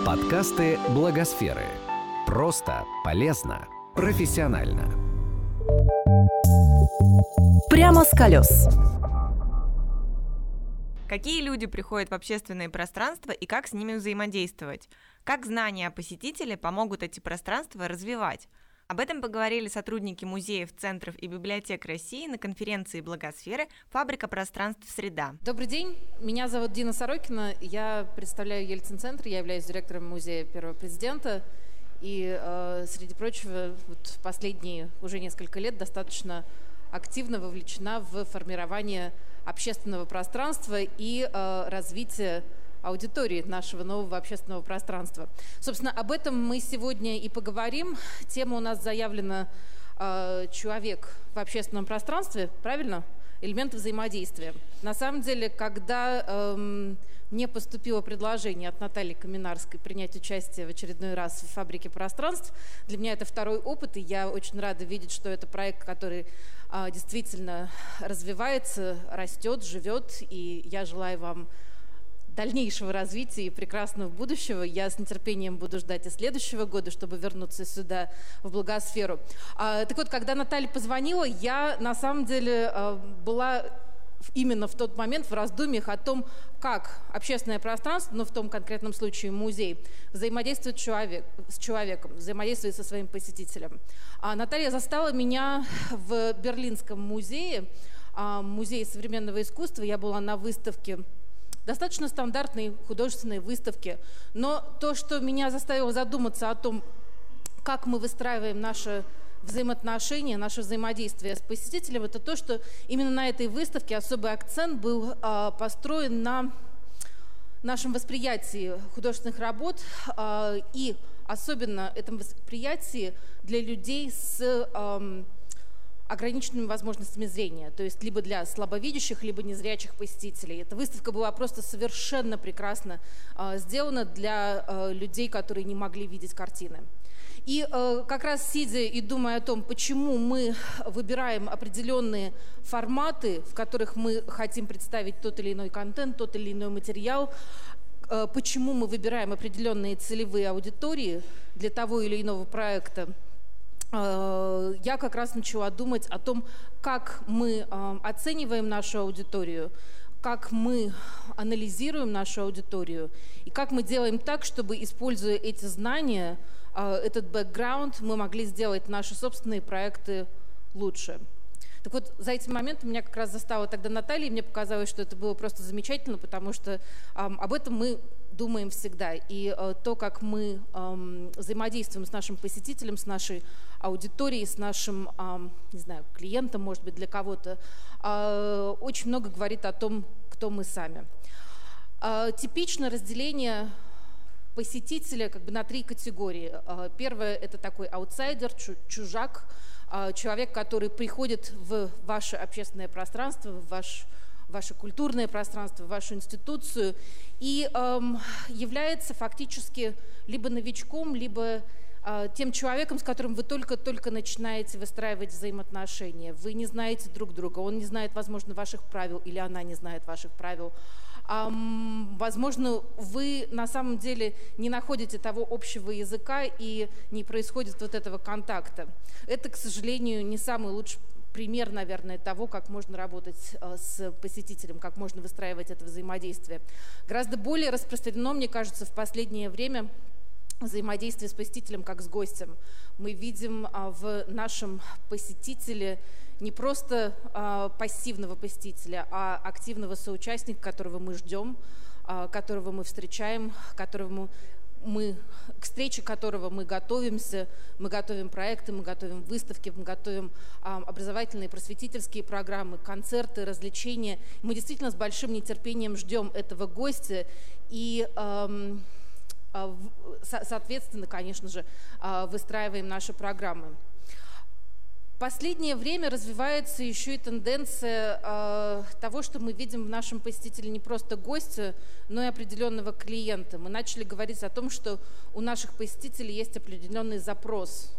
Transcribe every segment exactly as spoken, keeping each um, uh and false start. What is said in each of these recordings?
Подкасты Благосферы. Просто, полезно, профессионально. Прямо с колес. Какие люди приходят в общественные пространства и как с ними взаимодействовать? Как знания о посетителе помогут эти пространства развивать? Об этом поговорили сотрудники музеев, центров и библиотек России на конференции Благосферы «Фабрика пространств Среда». Добрый день, меня зовут Дина Сорокина, я представляю Ельцин-центр, я являюсь директором музея Первого президента. И, э, среди прочего, вот последние уже несколько лет достаточно активно вовлечена в формирование общественного пространства и э, развитие аудитории нашего нового общественного пространства. Собственно, об этом мы сегодня и поговорим. Тема у нас заявлена э, «Человек в общественном пространстве», правильно? Элементы взаимодействия. На самом деле, когда э, мне поступило предложение от Натальи Каминарской принять участие в очередной раз в «Фабрике пространств», для меня это второй опыт, и я очень рада видеть, что это проект, который э, действительно развивается, растет, живет, и я желаю вам дальнейшего развития и прекрасного будущего. Я с нетерпением буду ждать и следующего года, чтобы вернуться сюда, в Благосферу. А, так вот, когда Наталья позвонила, я на самом деле а, была именно в тот момент в раздумьях о том, как общественное пространство, но в том конкретном случае музей, взаимодействует человек, с человеком, взаимодействует со своим посетителем. А Наталья застала меня в Берлинском музее, а, музее современного искусства. Я была на выставке, достаточно стандартной художественной выставки, но то, что меня заставило задуматься о том, как мы выстраиваем наши взаимоотношения, наше взаимодействие с посетителем, это то, что именно на этой выставке особый акцент был а, построен на нашем восприятии художественных работ а, и особенно этом восприятии для людей с а, ограниченными возможностями зрения, то есть либо для слабовидящих, либо незрячих посетителей. Эта выставка была просто совершенно прекрасно э, сделана для э, людей, которые не могли видеть картины. И э, как раз сидя и думая о том, почему мы выбираем определенные форматы, в которых мы хотим представить тот или иной контент, тот или иной материал, э, почему мы выбираем определенные целевые аудитории для того или иного проекта, я как раз начала думать о том, как мы оцениваем нашу аудиторию, как мы анализируем нашу аудиторию и как мы делаем так, чтобы, используя эти знания, этот бэкграунд, мы могли сделать наши собственные проекты лучше. Так вот, за этим моментом меня как раз застала тогда Наталья, и мне показалось, что это было просто замечательно, потому что об этом мы думаем всегда. И э, то, как мы э, взаимодействуем с нашим посетителем, с нашей аудиторией, с нашим, э, не знаю, клиентом, может быть, для кого-то, э, очень много говорит о том, кто мы сами. Э, типичное разделение посетителя как бы на три категории. Э, первое – это такой аутсайдер, чужак, э, человек, который приходит в ваше общественное пространство, в ваш ваше культурное пространство, вашу институцию, и эм, является фактически либо новичком, либо э, тем человеком, с которым вы только-только начинаете выстраивать взаимоотношения. Вы не знаете друг друга, он не знает, возможно, ваших правил, или она не знает ваших правил. Эм, возможно, вы на самом деле не находите того общего языка, и не происходит вот этого контакта. Это, к сожалению, не самый лучший пример, наверное, того, как можно работать с посетителем, как можно выстраивать это взаимодействие. Гораздо более распространено, мне кажется, в последнее время взаимодействие с посетителем как с гостем. Мы видим в нашем посетителе не просто пассивного посетителя, а активного соучастника, которого мы ждем, которого мы встречаем, которого мы Мы, к встрече которого мы готовимся, мы готовим проекты, мы готовим выставки, мы готовим а, образовательные, просветительские программы, концерты, развлечения. Мы действительно с большим нетерпением ждем этого гостя и, а, а, со, соответственно, конечно же, а, выстраиваем наши программы. В последнее время развивается еще и тенденция э, того, что мы видим в нашем посетителе не просто гостя, но и определенного клиента. Мы начали говорить о том, что у наших посетителей есть определенный запрос.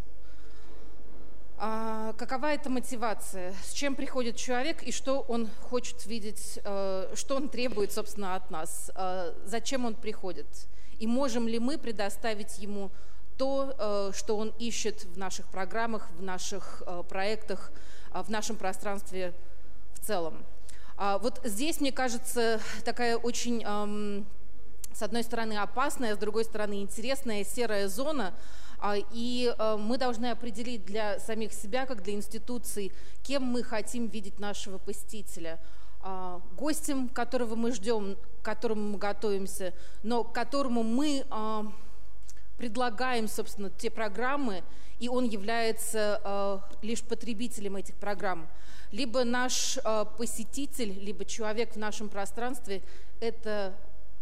А, какова эта мотивация? С чем приходит человек и что он хочет видеть, э, что он требует, собственно, от нас? Э, зачем он приходит? И можем ли мы предоставить ему то, что он ищет в наших программах, в наших проектах, в нашем пространстве в целом. Вот здесь, мне кажется, такая очень, с одной стороны, опасная, с другой стороны, интересная серая зона. И мы должны определить для самих себя, как для институций, кем мы хотим видеть нашего посетителя. Гостем, которого мы ждем, к которому мы готовимся, но к которому мы предлагаем, собственно, те программы, и он является лишь потребителем этих программ. Либо наш посетитель, либо человек в нашем пространстве – это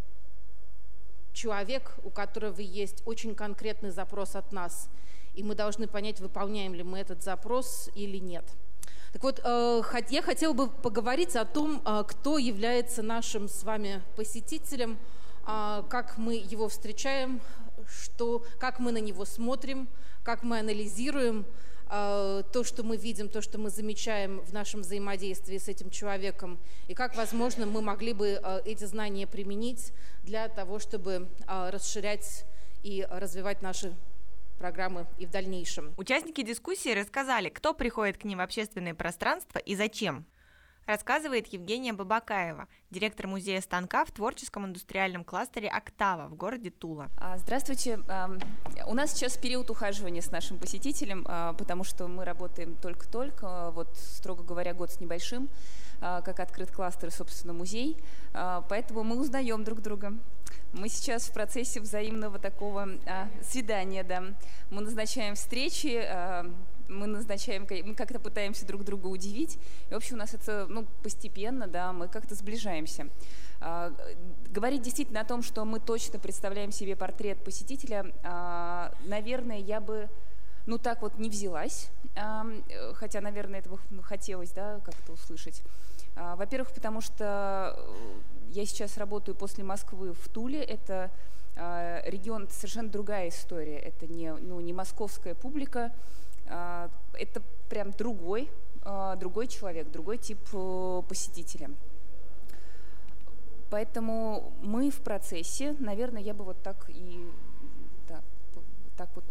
человек, у которого есть очень конкретный запрос от нас, и мы должны понять, выполняем ли мы этот запрос или нет. Так вот, я хотела бы поговорить о том, кто является нашим с вами посетителем, как мы его встречаем, что, как мы на него смотрим, как мы анализируем то, что мы видим, то, что мы замечаем в нашем взаимодействии с этим человеком, и как, возможно, мы могли бы эти знания применить для того, чтобы расширять и развивать наши программы и в дальнейшем. Участники дискуссии рассказали, кто приходит к ним в общественное пространство и зачем. Рассказывает Евгения Бабакаева, директор музея станка в творческом индустриальном кластере «Октава» в городе Тула. Здравствуйте. У нас сейчас период ухаживания с нашим посетителем, потому что мы работаем только-только, вот, строго говоря, год с небольшим, как открыт кластер и, собственно, музей, поэтому мы узнаем друг друга. Мы сейчас в процессе взаимного такого а, свидания, да. Мы назначаем встречи, а, мы назначаем, мы как-то пытаемся друг друга удивить. И, в общем, у нас это, ну, постепенно, да, мы как-то сближаемся. А, говорить действительно о том, что мы точно представляем себе портрет посетителя, а, наверное, я бы, ну, так вот не взялась, а, хотя, наверное, этого хотелось, да, как-то услышать. А, во-первых, потому что я сейчас работаю после Москвы в Туле. Это э, регион, это совершенно другая история. Это не, ну, не московская публика. Э, это прям другой, э, другой человек, другой тип э, посетителя. Поэтому мы в процессе, наверное, я бы вот так и да, так вот.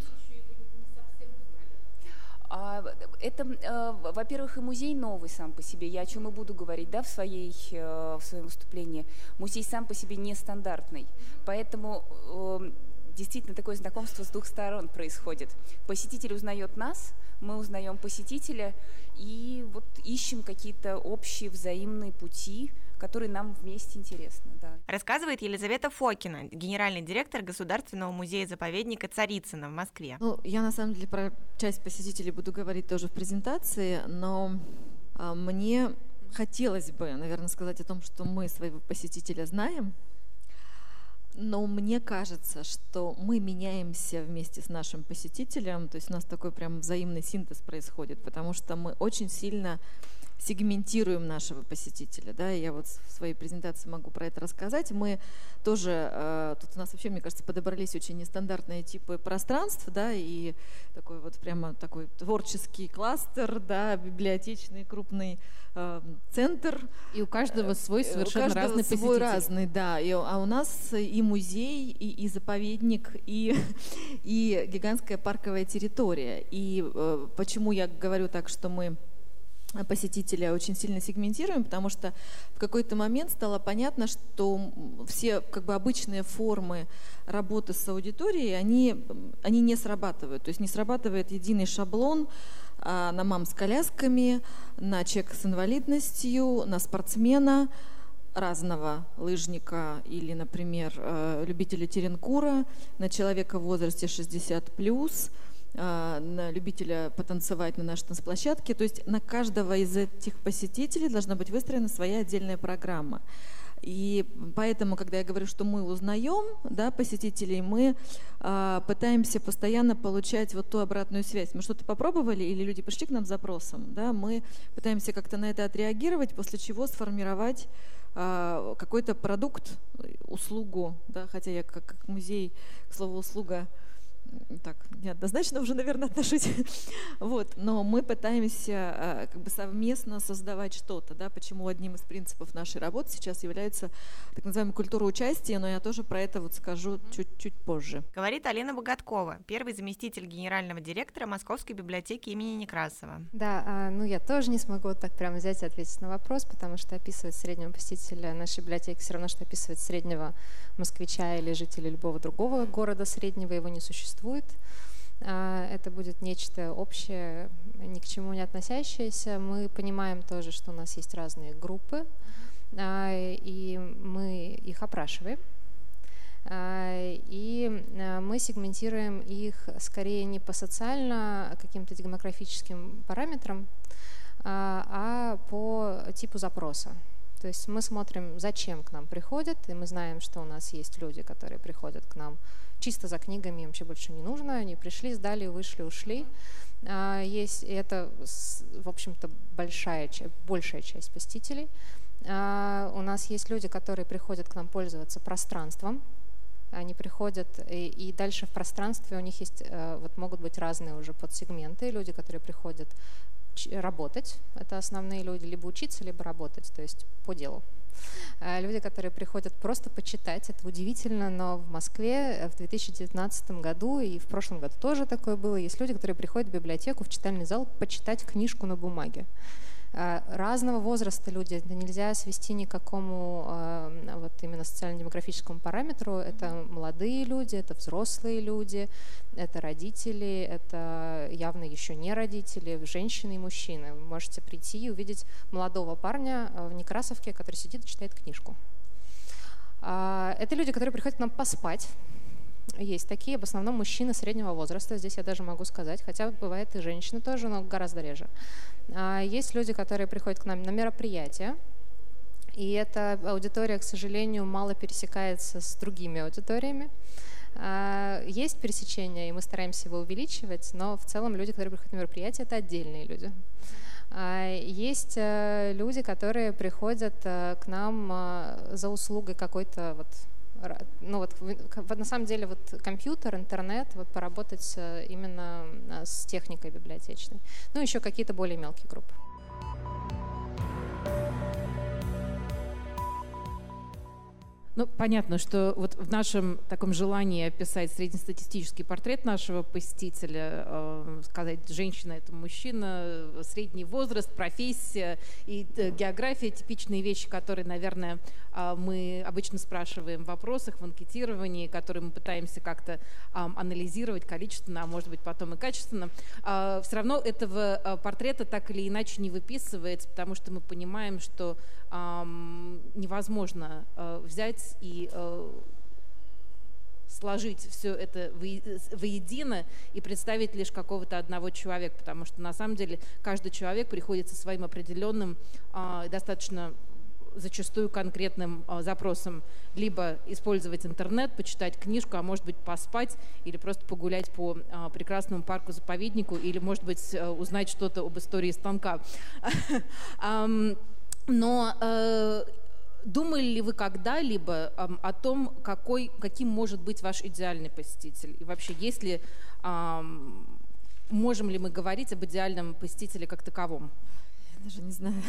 Это, во-первых, и музей новый сам по себе, я о чем и буду говорить, да, в, своей, в своем выступлении. Музей сам по себе нестандартный, поэтому действительно такое знакомство с двух сторон происходит. Посетитель узнает нас, мы узнаем посетителя, и вот ищем какие-то общие взаимные пути, которые нам вместе интересны. Да. Рассказывает Елизавета Фокина, генеральный директор Государственного музея-заповедника Царицыно в Москве. Ну, я на самом деле про часть посетителей буду говорить тоже в презентации, но а, мне хотелось бы, наверное, сказать о том, что мы своего посетителя знаем, но мне кажется, что мы меняемся вместе с нашим посетителем, то есть у нас такой прям взаимный синтез происходит, потому что мы очень сильно сегментируем нашего посетителя, да, и я вот в своей презентации могу про это рассказать. Мы тоже, э, тут у нас вообще, мне кажется, подобрались очень нестандартные типы пространств, да, и такой вот прямо такой творческий кластер, да, библиотечный крупный э, центр. И у каждого свой совершенно у каждого разный свой посетитель. разный, да, и, а у нас и музей, и, и заповедник, и, и гигантская парковая территория. И э, почему я говорю так, что мы посетителя очень сильно сегментируем, потому что в какой-то момент стало понятно, что все как бы обычные формы работы с аудиторией, они, они не срабатывают. То есть не срабатывает единый шаблон а, на мам с колясками, на человека с инвалидностью, на спортсмена разного, лыжника или, например, любителя теренкура, на человека в возрасте шестьдесят плюс, на любителя потанцевать на нашей танцплощадке. То есть на каждого из этих посетителей должна быть выстроена своя отдельная программа. И поэтому, когда я говорю, что мы узнаем, да, посетителей, мы а, пытаемся постоянно получать вот ту обратную связь. Мы что-то попробовали, или люди пришли к нам с запросом, да, мы пытаемся как-то на это отреагировать, после чего сформировать а, какой-то продукт, услугу, да, хотя я как, как музей, к слову, услуга так неоднозначно уже, наверное, отношусь. Вот, но мы пытаемся как бы совместно создавать что-то, да, почему одним из принципов нашей работы сейчас является так называемая культура участия, но я тоже про это вот скажу чуть-чуть позже. Говорит Алина Богаткова, первый заместитель генерального директора Московской библиотеки имени Некрасова. Да, ну я тоже не смогу так прямо взять и ответить на вопрос, потому что описывать среднего посетителя нашей библиотеки все равно, что описывать среднего москвича или жителя любого другого города среднего, его не существует. Это будет нечто общее, ни к чему не относящееся. Мы понимаем тоже, что у нас есть разные группы, и мы их опрашиваем. И мы сегментируем их скорее не по социально каким-то демографическим параметрам, а по типу запроса. То есть мы смотрим, зачем к нам приходят, и мы знаем, что у нас есть люди, которые приходят к нам чисто за книгами, им вообще больше не нужно, они пришли, сдали, вышли, ушли. Есть, и это, в общем-то, большая, большая часть посетителей. У нас есть люди, которые приходят к нам пользоваться пространством. Они приходят, и, и дальше в пространстве у них есть, вот могут быть разные уже подсегменты. Люди, которые приходят работать, это основные люди, либо учиться, либо работать, то есть по делу. Люди, которые приходят просто почитать, это удивительно, но в Москве в две тысячи девятнадцатом году и в прошлом году тоже такое было, есть люди, которые приходят в библиотеку, в читальный зал почитать книжку на бумаге. Разного возраста люди, это нельзя свести ни к какому вот именно социально-демографическому параметру. Это молодые люди, это взрослые люди, это родители, это явно еще не родители, женщины и мужчины. Вы можете прийти и увидеть молодого парня в Некрасовке, который сидит и читает книжку. Это люди, которые приходят к нам поспать. Есть такие, в основном мужчины среднего возраста, здесь я даже могу сказать, хотя бывает и женщины тоже, но гораздо реже. Есть люди, которые приходят к нам на мероприятия, и эта аудитория, к сожалению, мало пересекается с другими аудиториями. Есть пересечения, и мы стараемся его увеличивать, но в целом люди, которые приходят на мероприятия, это отдельные люди. Есть люди, которые приходят к нам за услугой какой-то вот, ну вот, на самом деле вот компьютер, интернет, вот поработать именно с техникой библиотечной. Ну, еще какие-то более мелкие группы. Ну, понятно, что вот в нашем таком желании описать среднестатистический портрет нашего посетителя, э, сказать, женщина – это мужчина, средний возраст, профессия и э, география – типичные вещи, которые, наверное, э, мы обычно спрашиваем в вопросах, в анкетировании, которые мы пытаемся как-то э, анализировать количественно, а может быть потом и качественно. Э, все равно этого э, портрета так или иначе не выписывается, потому что мы понимаем, что э, невозможно э, взять и э, сложить все это воедино и представить лишь какого-то одного человека, потому что на самом деле каждый человек приходит со своим определенным, э, достаточно зачастую конкретным э, запросом: либо использовать интернет, почитать книжку, а может быть поспать, или просто погулять по э, прекрасному парку-заповеднику, или, может быть, э, узнать что-то об истории станка. Но э, думали ли вы когда-либо э, о том, какой, каким может быть ваш идеальный посетитель? И вообще, есть ли, э, можем ли мы говорить об идеальном посетителе как таковом? Я даже не знаю.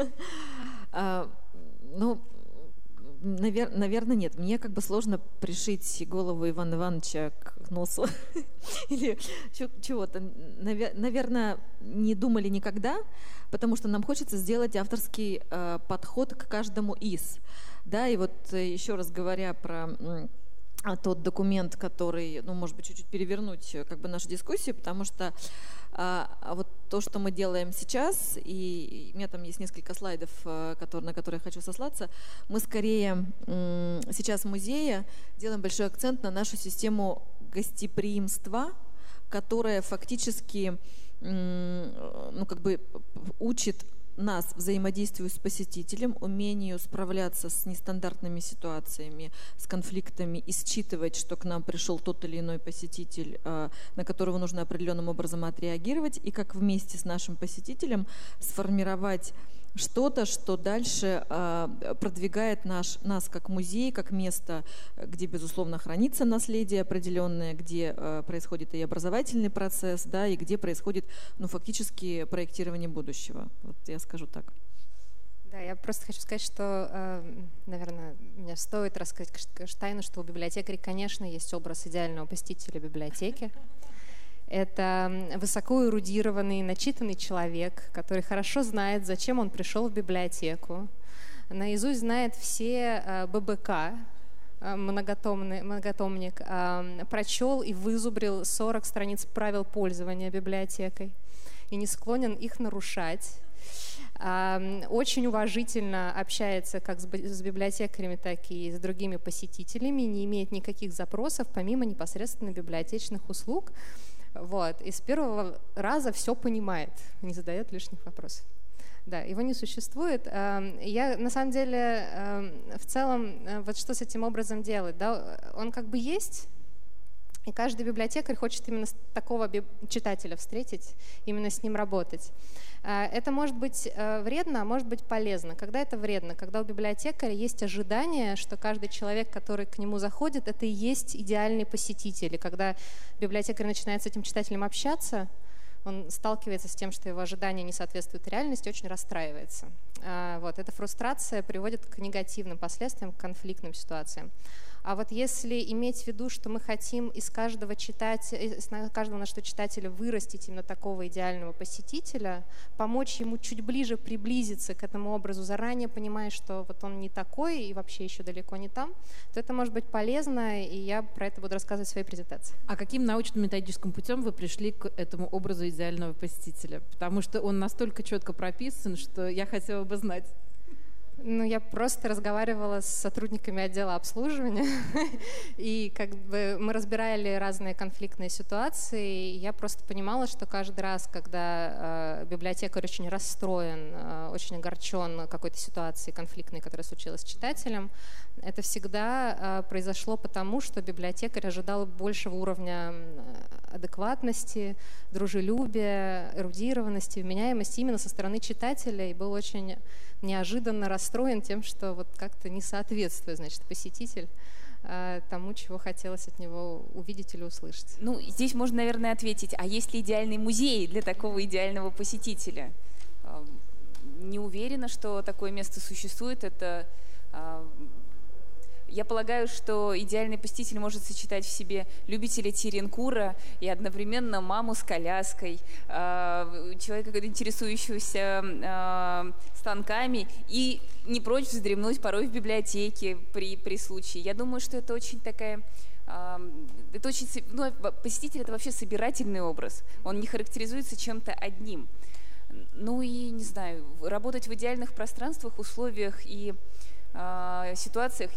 Ну, наверное, нет. Мне как бы сложно пришить голову Ивана Ивановича к носу или чего-то. Наверное, не думали никогда, потому что нам хочется сделать авторский э, подход к каждому из. Да, и вот еще раз говоря про э, тот документ, который, ну, может быть, чуть-чуть перевернуть как бы нашу дискуссию, потому что э, вот то, что мы делаем сейчас, и, и у меня там есть несколько слайдов, э, которые, на которые я хочу сослаться, мы скорее э, сейчас в музее делаем большой акцент на нашу систему гостеприимства, которая фактически ну, как бы учит нас взаимодействию с посетителем, умению справляться с нестандартными ситуациями, с конфликтами и считывать, что к нам пришел тот или иной посетитель, на которого нужно определенным образом отреагировать, и как вместе с нашим посетителем сформировать что-то, что дальше э, продвигает наш, нас как музей, как место, где, безусловно, хранится наследие определенное, где э, происходит и образовательный процесс, да, и где происходит, ну, фактически проектирование будущего. Вот я скажу так. Да, я просто хочу сказать, что, наверное, мне стоит рассказать тайну, что у библиотекаря, конечно, есть образ идеального посетителя библиотеки. Это высоко эрудированный, начитанный человек, который хорошо знает, зачем он пришел в библиотеку, наизусть знает все ББК, многотомный, многотомник, прочел и вызубрил сорок страниц правил пользования библиотекой и не склонен их нарушать. Очень уважительно общается как с библиотекарями, так и с другими посетителями, не имеет никаких запросов, помимо непосредственно библиотечных услуг. Вот. И с первого раза все понимает, не задает лишних вопросов. Да, его не существует. Я, на самом деле, в целом, вот что с этим образом делать? Да? Он как бы есть, и каждый библиотекарь хочет именно такого читателя встретить, именно с ним работать. Это может быть вредно, а может быть полезно. Когда это вредно? Когда у библиотекаря есть ожидание, что каждый человек, который к нему заходит, это и есть идеальный посетитель. И когда библиотекарь начинает с этим читателем общаться, он сталкивается с тем, что его ожидания не соответствуют реальности, очень расстраивается. Вот. Эта фрустрация приводит к негативным последствиям, к конфликтным ситуациям. А вот если иметь в виду, что мы хотим из каждого, читателя, из каждого нашего читателя вырастить именно такого идеального посетителя, помочь ему чуть ближе приблизиться к этому образу, заранее понимая, что вот он не такой и вообще еще далеко не там, то это может быть полезно, и я про это буду рассказывать в своей презентации. А каким научно-методическим путем вы пришли к этому образу идеального посетителя? Потому что он настолько четко прописан, что я хотела бы знать. Ну, я просто разговаривала с сотрудниками отдела обслуживания, и как бы мы разбирали разные конфликтные ситуации, и я просто понимала, что каждый раз, когда э, библиотекарь очень расстроен, э, очень огорчен какой-то ситуацией конфликтной, которая случилась с читателем, это всегда э, произошло потому, что библиотекарь ожидал большего уровня адекватности, дружелюбия, эрудированности, вменяемости именно со стороны читателя, и был очень неожиданно расстроен тем, что вот как-то не соответствует, значит, посетитель э, тому, чего хотелось от него увидеть или услышать. Ну, здесь можно, наверное, ответить, а есть ли идеальный музей для такого идеального посетителя? Э, не уверена, что такое место существует. Это, э, я полагаю, что идеальный посетитель может сочетать в себе любителя теренкура и одновременно маму с коляской, э, человека, интересующегося э, станками и не прочь вздремнуть порой в библиотеке при, при случае. Я думаю, что это очень такая... Э, это очень, ну, посетитель — это вообще собирательный образ. Он не характеризуется чем-то одним. Ну и, не знаю, работать в идеальных пространствах, условиях и э, ситуациях...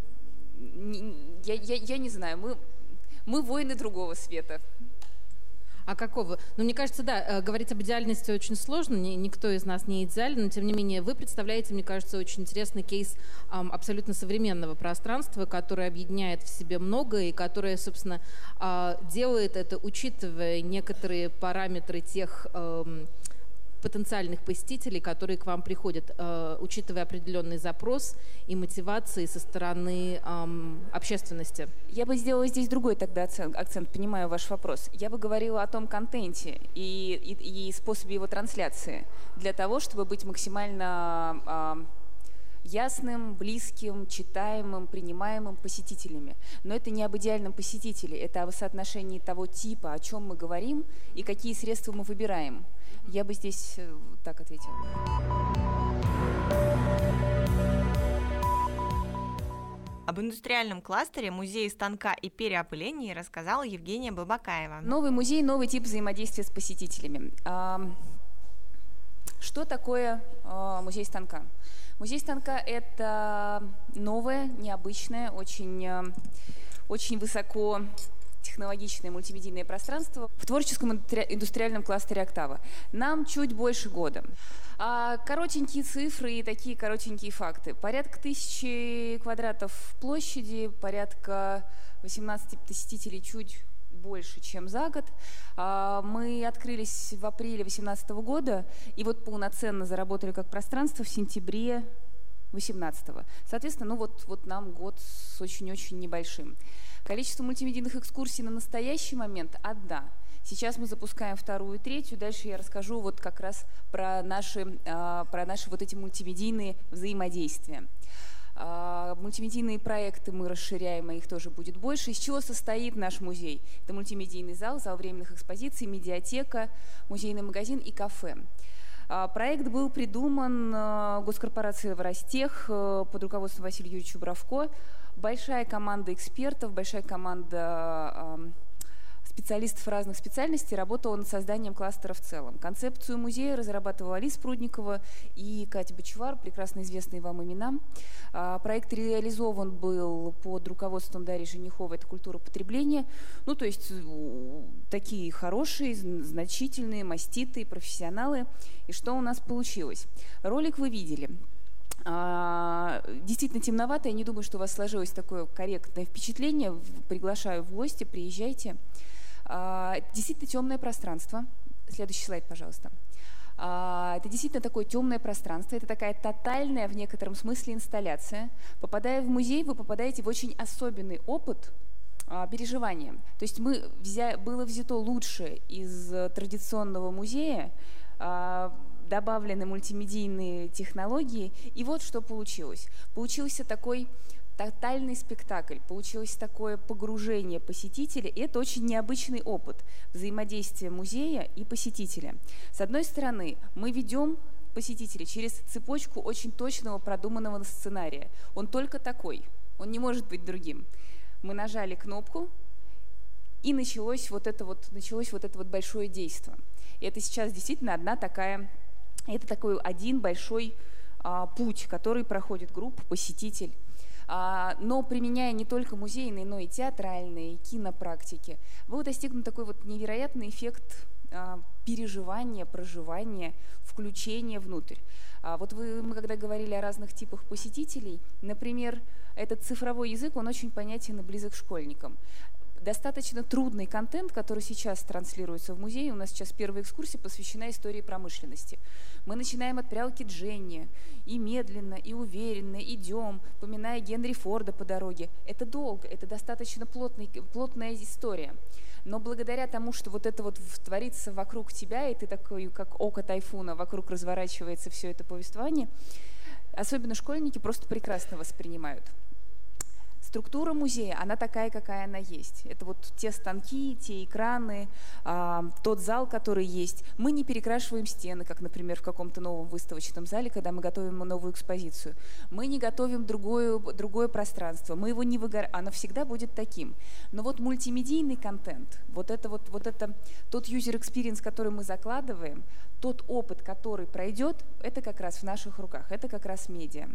Я, я, я не знаю, мы, мы воины другого света. А какого? Ну, мне кажется, да, говорить об идеальности очень сложно, никто из нас не идеален, но тем не менее вы представляете, мне кажется, очень интересный кейс эм, абсолютно современного пространства, которое объединяет в себе многое и которое, собственно, э, делает это, учитывая некоторые параметры тех... Э, потенциальных посетителей, которые к вам приходят, э, учитывая определенный запрос и мотивации со стороны э, общественности? Я бы сделала здесь другой тогда акцент, понимаю ваш вопрос. Я бы говорила о том контенте и, и, и способе его трансляции для того, чтобы быть максимально э, ясным, близким, читаемым, принимаемым посетителями. Но это не об идеальном посетителе, это о соотношении того типа, о чем мы говорим и какие средства мы выбираем. Я бы здесь так ответила. Об индустриальном кластере музея станка и переопыления рассказала Евгения Бабакаева. Новый музей, новый тип взаимодействия с посетителями. Что такое музей станка? Музей станка – это новое, необычное, очень, очень высоко технологичное мультимедийное пространство в творческом индустриальном кластере «Октава». Нам чуть больше года. А коротенькие цифры и такие коротенькие факты. Порядка тысячи квадратов площади, порядка восемнадцати посетителей, чуть больше, чем за год. Мы открылись в апреле две тысячи восемнадцатого года и вот полноценно заработали как пространство в сентябре две тысячи восемнадцатого. Соответственно, ну вот, вот нам год с очень-очень небольшим. Количество мультимедийных экскурсий на настоящий момент одна. Сейчас мы запускаем вторую, третью. Дальше я расскажу вот как раз про наши, про наши вот эти мультимедийные взаимодействия. Мультимедийные проекты мы расширяем, и их тоже будет больше. Из чего состоит наш музей? Это мультимедийный зал, зал временных экспозиций, медиатека, музейный магазин и кафе. Проект был придуман госкорпорацией «Евростех» под руководством Василия Юрьевича Бравко. Большая команда экспертов, большая команда специалистов разных специальностей работала над созданием кластера в целом. Концепцию музея разрабатывала Алиса Прудникова и Катя Бочевар, прекрасно известные вам имена. Проект реализован был под руководством Дарьи Жениховой, это культура потребления. Ну, то есть такие хорошие, значительные, маститые профессионалы. И что у нас получилось? Ролик вы видели. Действительно темновато, я не думаю, что у вас сложилось такое корректное впечатление. Приглашаю в гости, приезжайте. Действительно темное пространство. Следующий слайд, пожалуйста. Это действительно такое темное пространство. Это такая тотальная в некотором смысле инсталляция. Попадая в музей, вы попадаете в очень особенный опыт переживания. То есть мы взя... было взято лучшее из традиционного музея, добавлены мультимедийные технологии, и вот что получилось. Получился такой тотальный спектакль, получилось такое погружение посетителя, и это очень необычный опыт взаимодействия музея и посетителя. С одной стороны, мы ведем посетителя через цепочку очень точного продуманного сценария. Он только такой, он не может быть другим. Мы нажали кнопку, и началось вот это вот, началось вот это вот большое действие. И это сейчас действительно одна такая, это такой один большой а, путь, который проходит группа, посетитель. А, но применяя не только музейные, но и театральные, и кинопрактики, был достигнут такой вот невероятный эффект а, переживания, проживания, включения внутрь. А, вот вы, мы когда говорили о разных типах посетителей, например, этот цифровой язык, он очень понятен и близок школьникам. Достаточно трудный контент, который сейчас транслируется в музее. У нас сейчас первая экскурсия посвящена истории промышленности. Мы начинаем от прялки Дженни, и медленно, и уверенно идем, поминая Генри Форда по дороге. Это долго, это достаточно плотный, плотная история. Но благодаря тому, что вот это вот творится вокруг тебя, и ты такой, как око тайфуна, вокруг разворачивается все это повествование, особенно школьники просто прекрасно воспринимают. Структура музея, она такая, какая она есть. Это вот те станки, те экраны, а, тот зал, который есть. Мы не перекрашиваем стены, как, например, в каком-то новом выставочном зале, когда мы готовим новую экспозицию. Мы не готовим другое, другое пространство, мы его не выгораем, оно всегда будет таким. Но вот мультимедийный контент, вот это вот, вот это, тот user experience, который мы закладываем, тот опыт, который пройдет, это как раз в наших руках, это как раз медиа.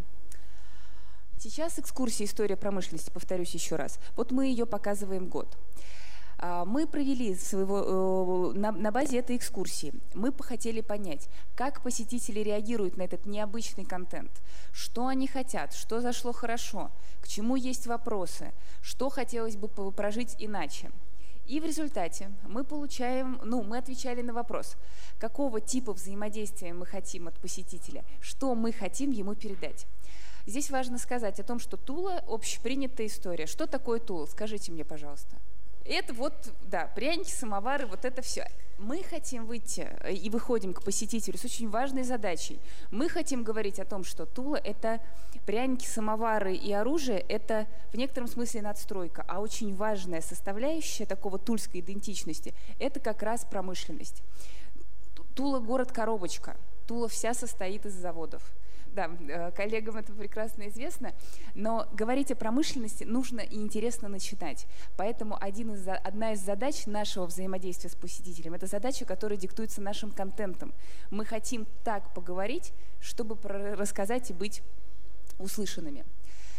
Сейчас экскурсия «История промышленности», повторюсь еще раз. Вот мы ее показываем год. Мы провели своего, на, на базе этой экскурсии, мы хотели понять, как посетители реагируют на этот необычный контент, что они хотят, что зашло хорошо, к чему есть вопросы, что хотелось бы прожить иначе. И в результате мы получаем, ну, мы отвечали на вопрос, какого типа взаимодействия мы хотим от посетителя, что мы хотим ему передать. Здесь важно сказать о том, что Тула – общепринятая история. Что такое Тула? Скажите мне, пожалуйста. Это вот, да, пряники, самовары, вот это все. Мы хотим выйти и выходим к посетителю с очень важной задачей. Мы хотим говорить о том, что Тула – это пряники, самовары и оружие – это в некотором смысле надстройка, а очень важная составляющая такого тульской идентичности – это как раз промышленность. Тула – город-коробочка. Тула вся состоит из заводов. Да, коллегам это прекрасно известно, но говорить о промышленности нужно и интересно начинать. Поэтому один из, одна из задач нашего взаимодействия с посетителем – это задача, которая диктуется нашим контентом. Мы хотим так поговорить, чтобы рассказать и быть услышанными.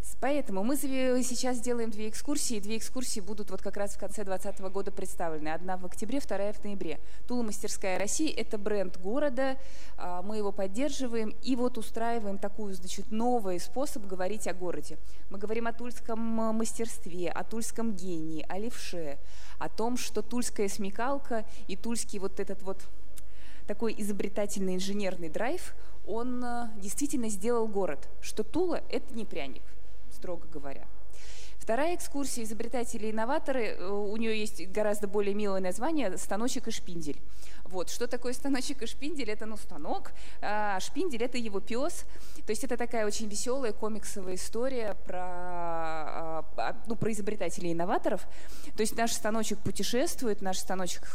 Поэтому мы сейчас делаем две экскурсии. Две экскурсии будут вот как раз в конце двадцатого года представлены. Одна в октябре, вторая в ноябре. Тула «Мастерская России» — это бренд города, мы его поддерживаем и вот устраиваем такой, значит, новый способ говорить о городе. Мы говорим о тульском мастерстве, о тульском гении, о левше, о том, что тульская смекалка и тульский вот этот вот такой изобретательный инженерный драйв, он действительно сделал город, что Тула — это не пряник, строго говоря. Вторая экскурсия «Изобретатели и инноваторы», у нее есть гораздо более милое название «Станочек и шпиндель». Вот. Что такое станочек и шпиндель? Это ну, станок, а шпиндель — это его пес. То есть это такая очень веселая комиксовая история про, ну, про изобретателей и инноваторов. То есть наш станочек путешествует, наш станочек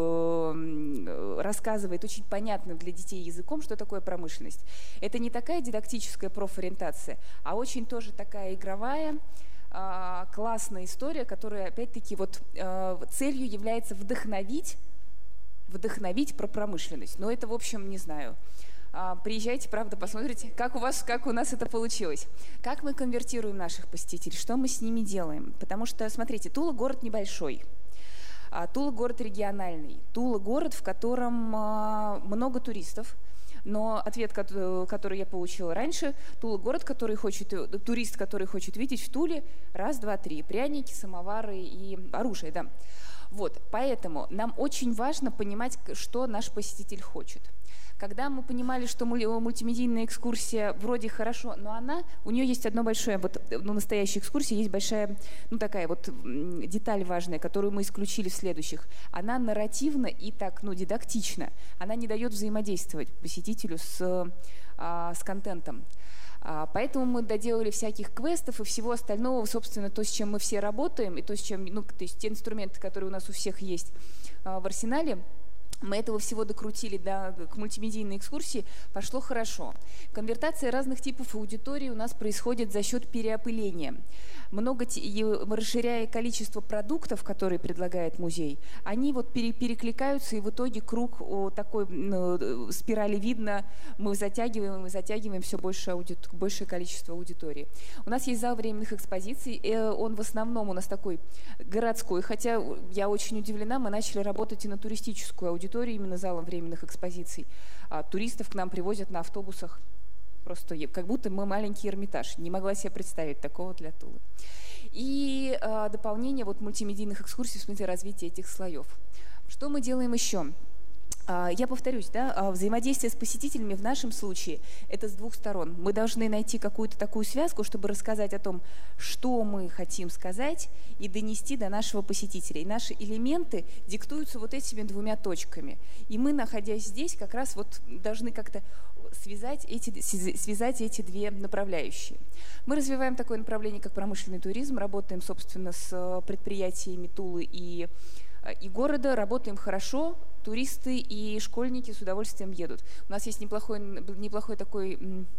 рассказывает очень понятным для детей языком, что такое промышленность. Это не такая дидактическая профориентация, а очень тоже такая игровая, классная история, которая, опять-таки, вот целью является вдохновить, вдохновить про промышленность. Но это, в общем, не знаю. Приезжайте, правда, посмотрите, как у вас, как у нас это получилось. Как мы конвертируем наших посетителей, что мы с ними делаем. Потому что, смотрите, Тула — город небольшой. Тула — город региональный. Тула — город, в котором много туристов. Но ответ, который я получила раньше: Тула — город, который хочет, турист, который хочет видеть в Туле раз, два, три: пряники, самовары и оружие, да. Вот, поэтому нам очень важно понимать, что наш посетитель хочет. Когда мы понимали, что мультимедийная экскурсия вроде хорошо, но она, у нее есть одно большое, вот ну, настоящей экскурсии есть большая, ну такая вот деталь важная, которую мы исключили в следующих. Она нарративна и так, ну, дидактична. Она не дает взаимодействовать посетителю с, а, с контентом. А, поэтому мы доделали всяких квестов и всего остального, собственно, то, с чем мы все работаем, и то, с чем, ну, то есть те инструменты, которые у нас у всех есть а, в арсенале. Мы этого всего докрутили до, к мультимедийной экскурсии, пошло хорошо. Конвертация разных типов аудитории у нас происходит за счет переопыления. Много, расширяя количество продуктов, которые предлагает музей, они вот пере, перекликаются, и в итоге круг такой, ну, спирали видно, мы затягиваем и затягиваем все больше ауди... большее количество аудитории. У нас есть зал временных экспозиций, он в основном у нас такой городской, хотя я очень удивлена, мы начали работать и на туристическую аудиторию, именно залом временных экспозиций. А туристов к нам привозят на автобусах. Просто как будто мы маленький Эрмитаж. Не могла себе представить такого для Тулы. И а, дополнение вот мультимедийных экскурсий в смысле развития этих слоев. Что мы делаем еще? Я повторюсь, да, взаимодействие с посетителями в нашем случае – это с двух сторон. Мы должны найти какую-то такую связку, чтобы рассказать о том, что мы хотим сказать, и донести до нашего посетителя. И наши элементы диктуются вот этими двумя точками. И мы, находясь здесь, как раз вот должны как-то связать эти, связать эти две направляющие. Мы развиваем такое направление, как промышленный туризм, работаем, собственно, с предприятиями Тулы и, и города, работаем хорошо. Туристы и школьники с удовольствием едут. У нас есть неплохой, неплохой такой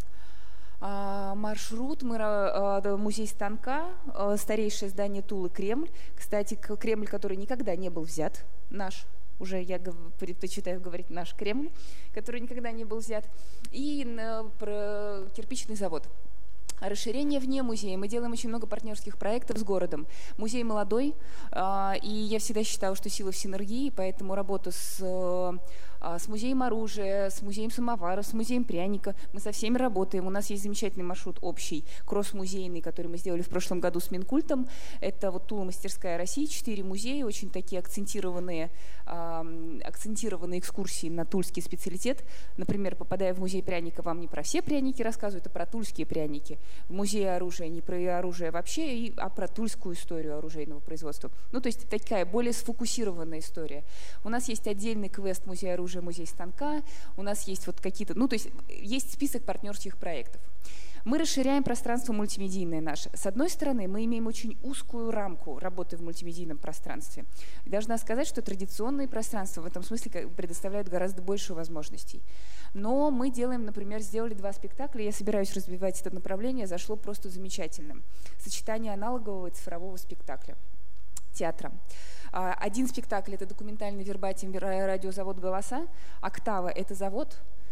а, маршрут. Мы, а, музей станка, а, старейшее здание Тулы, Кремль. Кстати, Кремль, который никогда не был взят, наш, уже я предпочитаю говорить наш Кремль, который никогда не был взят, и а, про кирпичный завод. Расширение вне музея. Мы делаем очень много партнерских проектов с городом. Музей молодой, и я всегда считала, что сила в синергии, поэтому работа с, с музеем оружия, с музеем самовара, с музеем пряника. Мы со всеми работаем. У нас есть замечательный маршрут общий, кросс-музейный, который мы сделали в прошлом году с Минкультом. Это вот Тула «Мастерская России», четыре музея, очень такие акцентированные, акцентированные экскурсии на тульский специалитет. Например, попадая в музей пряника, вам не про все пряники рассказывают, а про тульские пряники. В музее оружия не про оружие вообще, а про тульскую историю оружейного производства. Ну, то есть такая более сфокусированная история. У нас есть отдельный квест музей оружия, музей станка, у нас есть вот какие-то, ну, то есть есть список партнерских проектов. Мы расширяем пространство мультимедийное наше. С одной стороны, мы имеем очень узкую рамку работы в мультимедийном пространстве. И должна сказать, что традиционные пространства в этом смысле предоставляют гораздо больше возможностей. Но мы делаем, например, сделали два спектакля, я собираюсь развивать это направление, зашло просто замечательно. Сочетание аналогового и цифрового спектакля, театра. Один спектакль – это документальный вербатим радиозавод «Голоса», «Октава» – это завод,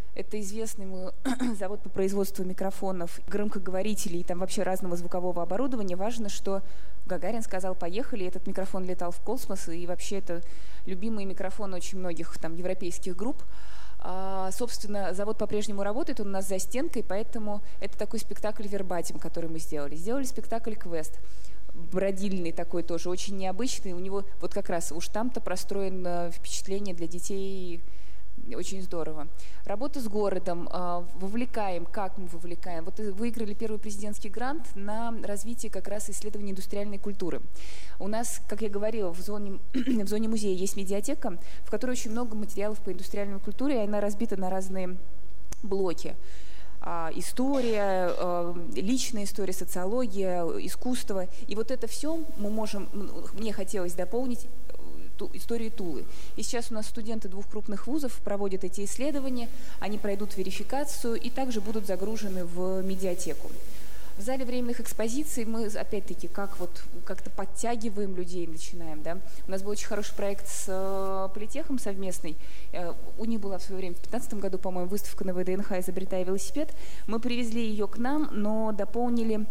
Это известный мы, завод по производству микрофонов, громкоговорителей и там вообще разного звукового оборудования. Важно, что Гагарин сказал «поехали», этот микрофон летал в космос, и вообще это любимый микрофон очень многих там европейских групп. А, собственно, завод по-прежнему работает, он у нас за стенкой, поэтому это такой спектакль «Вербатим», который мы сделали. Сделали спектакль «Квест». Бродильный такой тоже, очень необычный. У него вот как раз уж там-то простроено впечатление для детей. Очень здорово. Работа с городом. Вовлекаем. Как мы вовлекаем? Вот выиграли первый президентский грант на развитие как раз исследований индустриальной культуры. У нас, как я говорила, в зоне, в зоне музея есть медиатека, в которой очень много материалов по индустриальной культуре, и она разбита на разные блоки. История, личная история, социология, искусство. И вот это все мы можем, мне хотелось дополнить историю Тулы. И сейчас у нас студенты двух крупных вузов проводят эти исследования, они пройдут верификацию и также будут загружены в медиатеку. В зале временных экспозиций мы, опять-таки, как вот как-то подтягиваем людей, начинаем. Да? У нас был очень хороший проект с э, Политехом совместный. Э, у них была в свое время, в две тысячи пятнадцатом году, по-моему, выставка на вэ дэ эн ха «Изобретая велосипед». Мы привезли ее к нам, но дополнили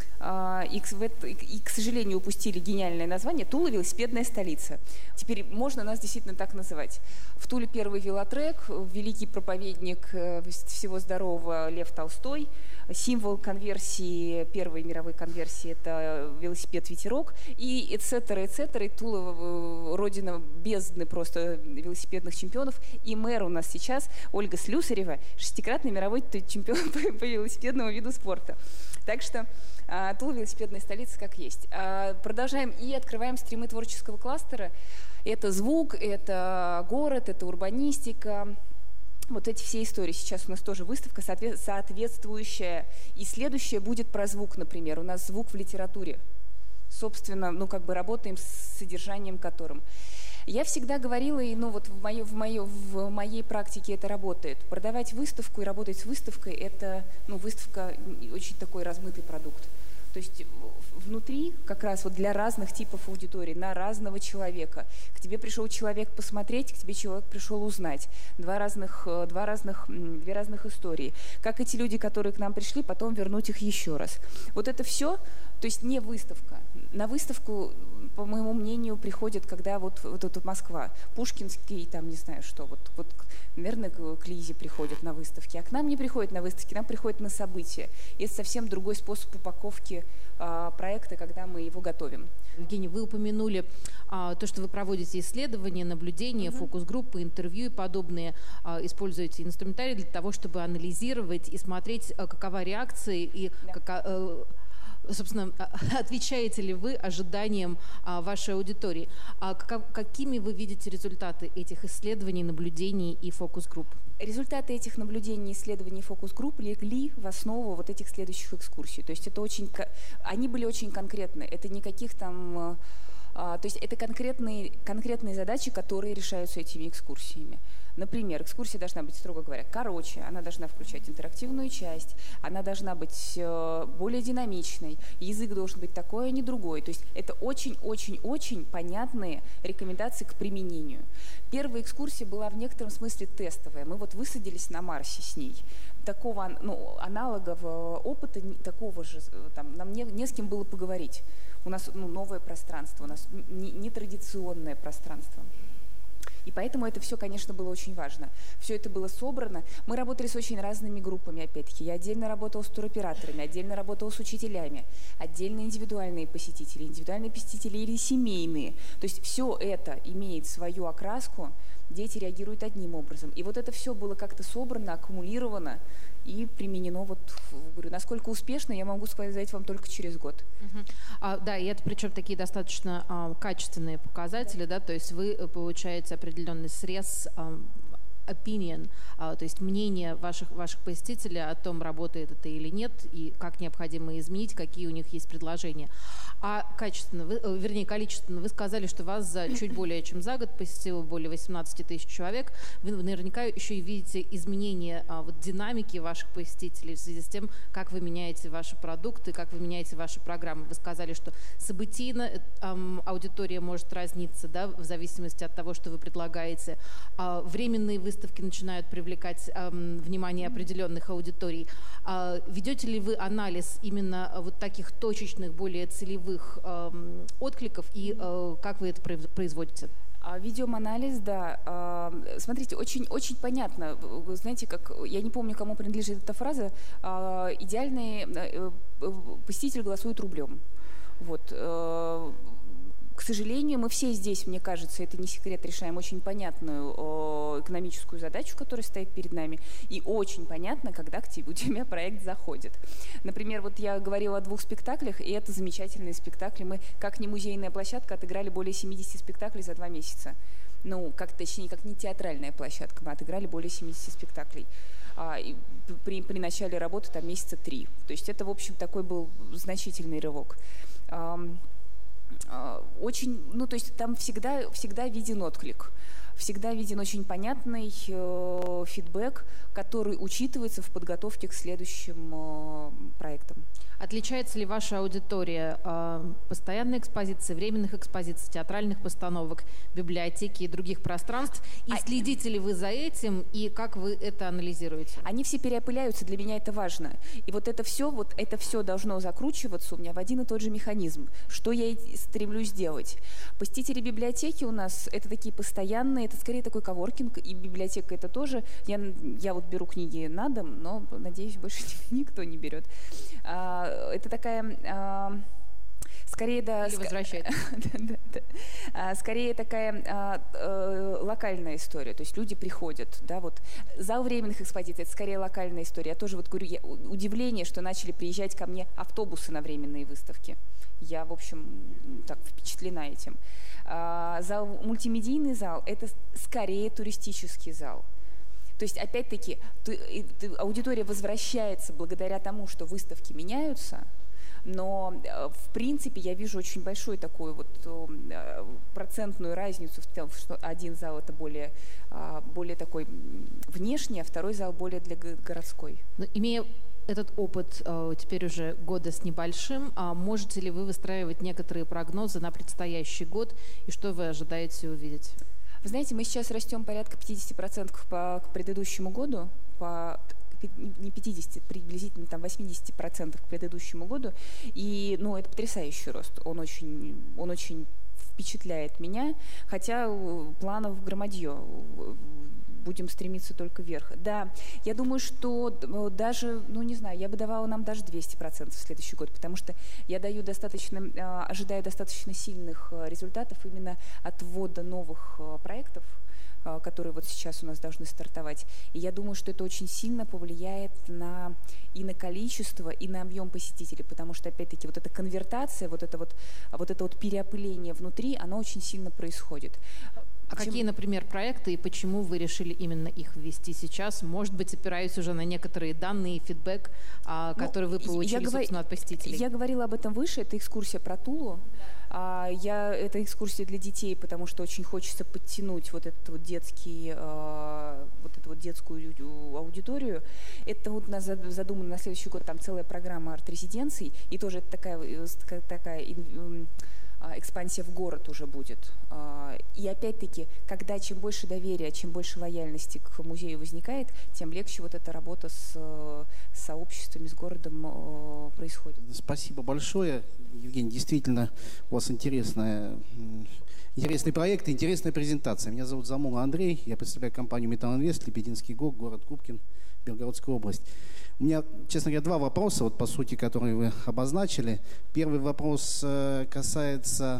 э, и, и, к сожалению, упустили гениальное название «Тула – велосипедная столица». Теперь можно нас действительно так называть. В Туле первый велотрек, великий проповедник всего здорового Лев Толстой. Символ конверсии, первой мировой конверсии – это велосипед-ветерок, и эт-цетера, эт-цетера, и Тула – родина бездны просто велосипедных чемпионов. И мэр у нас сейчас Ольга Слюсарева, шестикратный мировой чемпион по, по велосипедному виду спорта. Так что а, Тула – велосипедная столица как есть. А, продолжаем и открываем стримы творческого кластера. Это звук, это город, это урбанистика. Вот эти все истории. Сейчас у нас тоже выставка соответствующая. И следующая будет про звук, например. У нас звук в литературе. Собственно, ну как бы работаем с содержанием которым. Я всегда говорила, и ну вот в моей, в, моей, в моей практике это работает. Продавать выставку и работать с выставкой – это ну, выставка очень такой размытый продукт. То есть внутри как раз вот для разных типов аудитории, на разного человека. К тебе пришел человек посмотреть, к тебе человек пришел узнать. Два разных, два разных, две разных истории. Как эти люди, которые к нам пришли, потом вернуть их еще раз. Вот это все, то есть не выставка. На выставку, по моему мнению, приходят, когда вот, вот, вот Москва, Пушкинский, там не знаю что, вот, вот наверное, к Лизе приходят на выставки, а к нам не приходят на выставки, к нам приходят на события. И это совсем другой способ упаковки а, проекта, когда мы его готовим. Евгения, вы упомянули а, то, что вы проводите исследования, наблюдения, mm-hmm. фокус-группы, интервью и подобные, а, используете инструментарий для того, чтобы анализировать и смотреть, а, какова реакция и yeah. как, а, собственно, отвечаете ли вы ожиданиям а, вашей аудитории? А как, какими вы видите результаты этих исследований, наблюдений и фокус-групп? Результаты этих наблюдений, исследований, фокус-групп легли в основу вот этих следующих экскурсий. То есть это очень, они были очень конкретны. Это никаких там... То есть это конкретные, конкретные задачи, которые решаются этими экскурсиями. Например, экскурсия должна быть, строго говоря, короче, она должна включать интерактивную часть, она должна быть более динамичной, язык должен быть такой, а не другой. То есть это очень-очень-очень понятные рекомендации к применению. Первая экскурсия была в некотором смысле тестовая. Мы вот высадились на Марсе с ней. Такого ну, аналогового опыта, такого же, там, нам не, не с кем было поговорить. У нас ну, новое пространство, у нас нетрадиционное пространство. И поэтому это все, конечно, было очень важно. Все это было собрано. Мы работали с очень разными группами, опять-таки. Я отдельно работала с туроператорами, отдельно работала с учителями, отдельно индивидуальные посетители, индивидуальные посетители или семейные. То есть все это имеет свою окраску, дети реагируют одним образом. И вот это все было как-то собрано, аккумулировано и применено. Вот, говорю, насколько успешно, я могу сказать вам только через год. Uh-huh. а, да, и это причем такие достаточно а, качественные показатели, да. да, то есть вы получаете определенный срез а, opinion, а, то есть мнение ваших, ваших посетителей о том, работает это или нет, и как необходимо изменить, какие у них есть предложения. А качественно, вы, вернее, количественно, вы сказали, что вас за чуть более чем за год посетило более восемнадцати тысяч человек. Вы наверняка еще и видите изменения а, вот, динамики ваших посетителей в связи с тем, как вы меняете ваши продукты, как вы меняете ваши программы. Вы сказали, что событийно а, аудитория может разниться, да, в зависимости от того, что вы предлагаете. А временные выставки выставки начинают привлекать эм, внимание определенных аудиторий. Э, ведете ли вы анализ именно вот таких точечных, более целевых эм, откликов, и э, как вы это производите? Ведем анализ, да. Смотрите, очень, очень понятно. Вы знаете, как я не помню, кому принадлежит эта фраза. Идеальный посетитель голосует рублем. Вот. К сожалению, мы все здесь, мне кажется, это не секрет, решаем очень понятную экономическую задачу, которая стоит перед нами, и очень понятно, когда к тебе, у тебя проект заходит. Например, вот я говорила о двух спектаклях, и это замечательные спектакли. Мы, как не музейная площадка, отыграли более семидесяти спектаклей за два месяца. Ну, как, точнее, как не театральная площадка, мы отыграли более семидесяти спектаклей. А, и при, при начале работы там месяца три. То есть это, в общем, такой был значительный рывок. Очень, ну, то есть там всегда, всегда виден отклик, всегда виден очень понятный э, фидбэк, который учитывается в подготовке к следующим э, проектам. Отличается ли ваша аудитория э, постоянной экспозиции, временных экспозиций, театральных постановок, библиотеки и других пространств? И а... следите ли вы за этим, и как вы это анализируете? Они все переопыляются, для меня это важно. И вот это все, вот это все должно закручиваться у меня в один и тот же механизм. Что я и стремлюсь сделать? Посетители библиотеки у нас это такие постоянные, это скорее такой коворкинг, и библиотека это тоже. Я, я вот беру книги на дом, но, надеюсь, больше никто не берет. Это такая, а, скорее, да, Или возвращать. да, да, да. Скорее такая а, а, локальная история. То есть люди приходят, да, вот зал временных экспозиций, это скорее локальная история. Я тоже вот говорю, я, удивление, что начали приезжать ко мне автобусы на временные выставки. Я, в общем, так впечатлена этим. А, зал, мультимедийный зал – это скорее туристический зал. То есть, опять-таки, аудитория возвращается благодаря тому, что выставки меняются, но, в принципе, я вижу очень большую такую вот процентную разницу в том, что один зал – это более, более такой внешний, а второй зал более для городской. Но имея этот опыт теперь уже года с небольшим, можете ли вы выстраивать некоторые прогнозы на предстоящий год, и что вы ожидаете увидеть? Вы знаете, мы сейчас растем порядка пятидесяти процентов по к предыдущему году, по, не пятидесяти, приблизительно там восьмидесяти процентов к предыдущему году. И, ну, это потрясающий рост. Он очень, он очень впечатляет меня, хотя планов громадье. Будем стремиться только вверх. Да, я думаю, что даже, ну не знаю, я бы давала нам даже двести процентов в следующий год, потому что я даю достаточно, ожидаю достаточно сильных результатов именно от ввода новых проектов, которые вот сейчас у нас должны стартовать. И я думаю, что это очень сильно повлияет на, и на количество, и на объем посетителей, потому что, опять-таки, вот эта конвертация, вот это вот, вот это вот переопыление внутри, оно очень сильно происходит. А Чем... какие, например, проекты и почему вы решили именно их ввести сейчас? Может быть, опираясь уже на некоторые данные, фидбэк, ну, который вы получили, я собственно, от посетителей? Я говорила об этом выше, это экскурсия про Тулу. А, я, это экскурсия для детей, потому что очень хочется подтянуть вот этот вот детский, а, вот эту вот детскую аудиторию. Это вот у нас задумано на следующий год там целая программа арт-резиденций, и тоже это такая, такая экспансия в город уже будет. И опять-таки, когда чем больше доверия, чем больше лояльности к музею возникает, тем легче вот эта работа с сообществами, с городом происходит. Спасибо большое, Евгений. Действительно, у вас интересная, интересный проект, интересная презентация. Меня зовут Замула Андрей, я представляю компанию Металл Инвест, Лебединский ГОК, город Губкин, Белгородская область. У меня, честно говоря, два вопроса, вот по сути, которые вы обозначили. Первый вопрос касается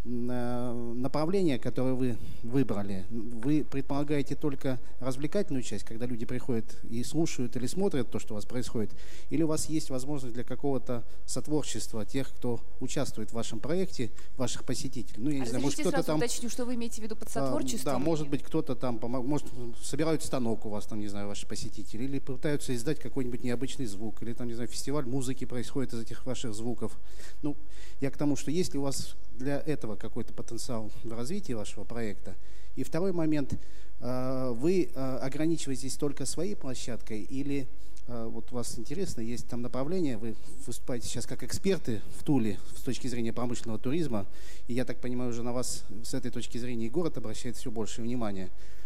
направления, которое вы выбрали. Вы предполагаете только развлекательную часть, когда люди приходят и слушают или смотрят то, что у вас происходит, или у вас есть возможность для какого-то сотворчества тех, кто участвует в вашем проекте, ваших посетителей? Ну, я не а знаю, может, кто-то там... уточню, что вы имеете в виду под сотворчеством? Да, может быть, кто-то там, может, собирают станок у вас, там, не знаю, ваши посетители, или пытаются издать какой-нибудь необычный звук, или там, не знаю, фестиваль музыки происходит из этих ваших звуков. Ну, я к тому, что есть ли у вас для этого какой-то потенциал в развитии вашего проекта. И второй момент, вы ограничиваетесь только своей площадкой или, вот у вас интересно, есть там направление, вы выступаете сейчас как эксперты в Туле с точки зрения промышленного туризма, и я так понимаю, уже на вас с этой точки зрения и город обращает все больше внимания.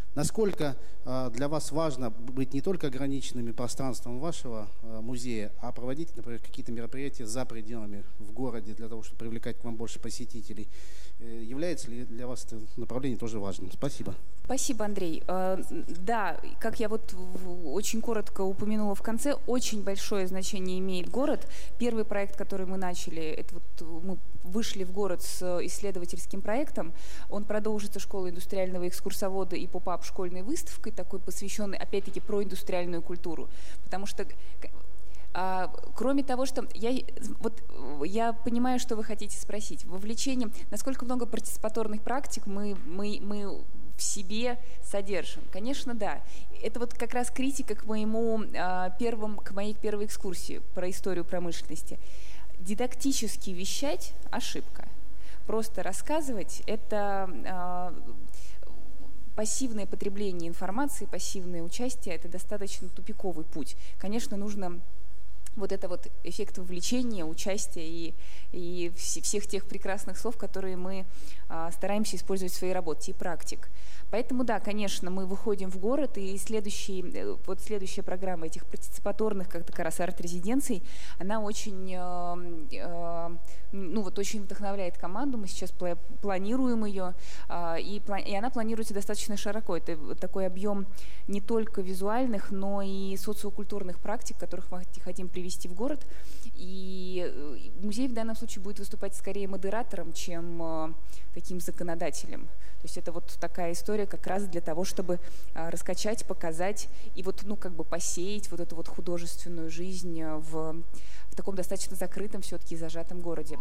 Насколько для вас важно быть не только ограниченными пространством вашего музея, а проводить, например, какие-то мероприятия за пределами в городе для того, чтобы привлекать к вам больше посетителей? Является ли для вас это направление тоже важным? Спасибо. Спасибо, Андрей. Да, как я вот очень коротко упомянула в конце, очень большое значение имеет город. Первый проект, который мы начали, это вот мы вышли в город с исследовательским проектом. Он продолжится школой индустриального экскурсовода и поп-ап школьной выставкой, такой посвященной, опять-таки, про индустриальную культуру. Потому что А, кроме того, что я, вот, я понимаю, что вы хотите спросить. Вовлечение, насколько много партиципаторных практик мы, мы, мы в себе содержим? Конечно, да. Это вот как раз критика к, моему, а, первым, к моей первой экскурсии про историю промышленности. Дидактически вещать – ошибка. Просто рассказывать – это… А, пассивное потребление информации, пассивное участие – это достаточно тупиковый путь. Конечно, нужно вот это вот эффект вовлечения, участия и, и всех тех прекрасных слов, которые мы а, стараемся использовать в своей работе, и практик. Поэтому, да, конечно, мы выходим в город, и следующий, вот следующая программа этих партиципаторных, как-то как раз арт-резиденций, она очень, э, э, ну, вот очень вдохновляет команду. Мы сейчас планируем ее, э, и, и она планируется достаточно широко. Это такой объем не только визуальных, но и социокультурных практик, которых мы хотим привести в город. И музей в данном случае будет выступать скорее модератором, чем э, таким законодателем. То есть это вот такая история как раз для того, чтобы а, раскачать, показать и вот, ну, как бы посеять вот эту вот художественную жизнь в, в таком достаточно закрытом, все-таки зажатом городе.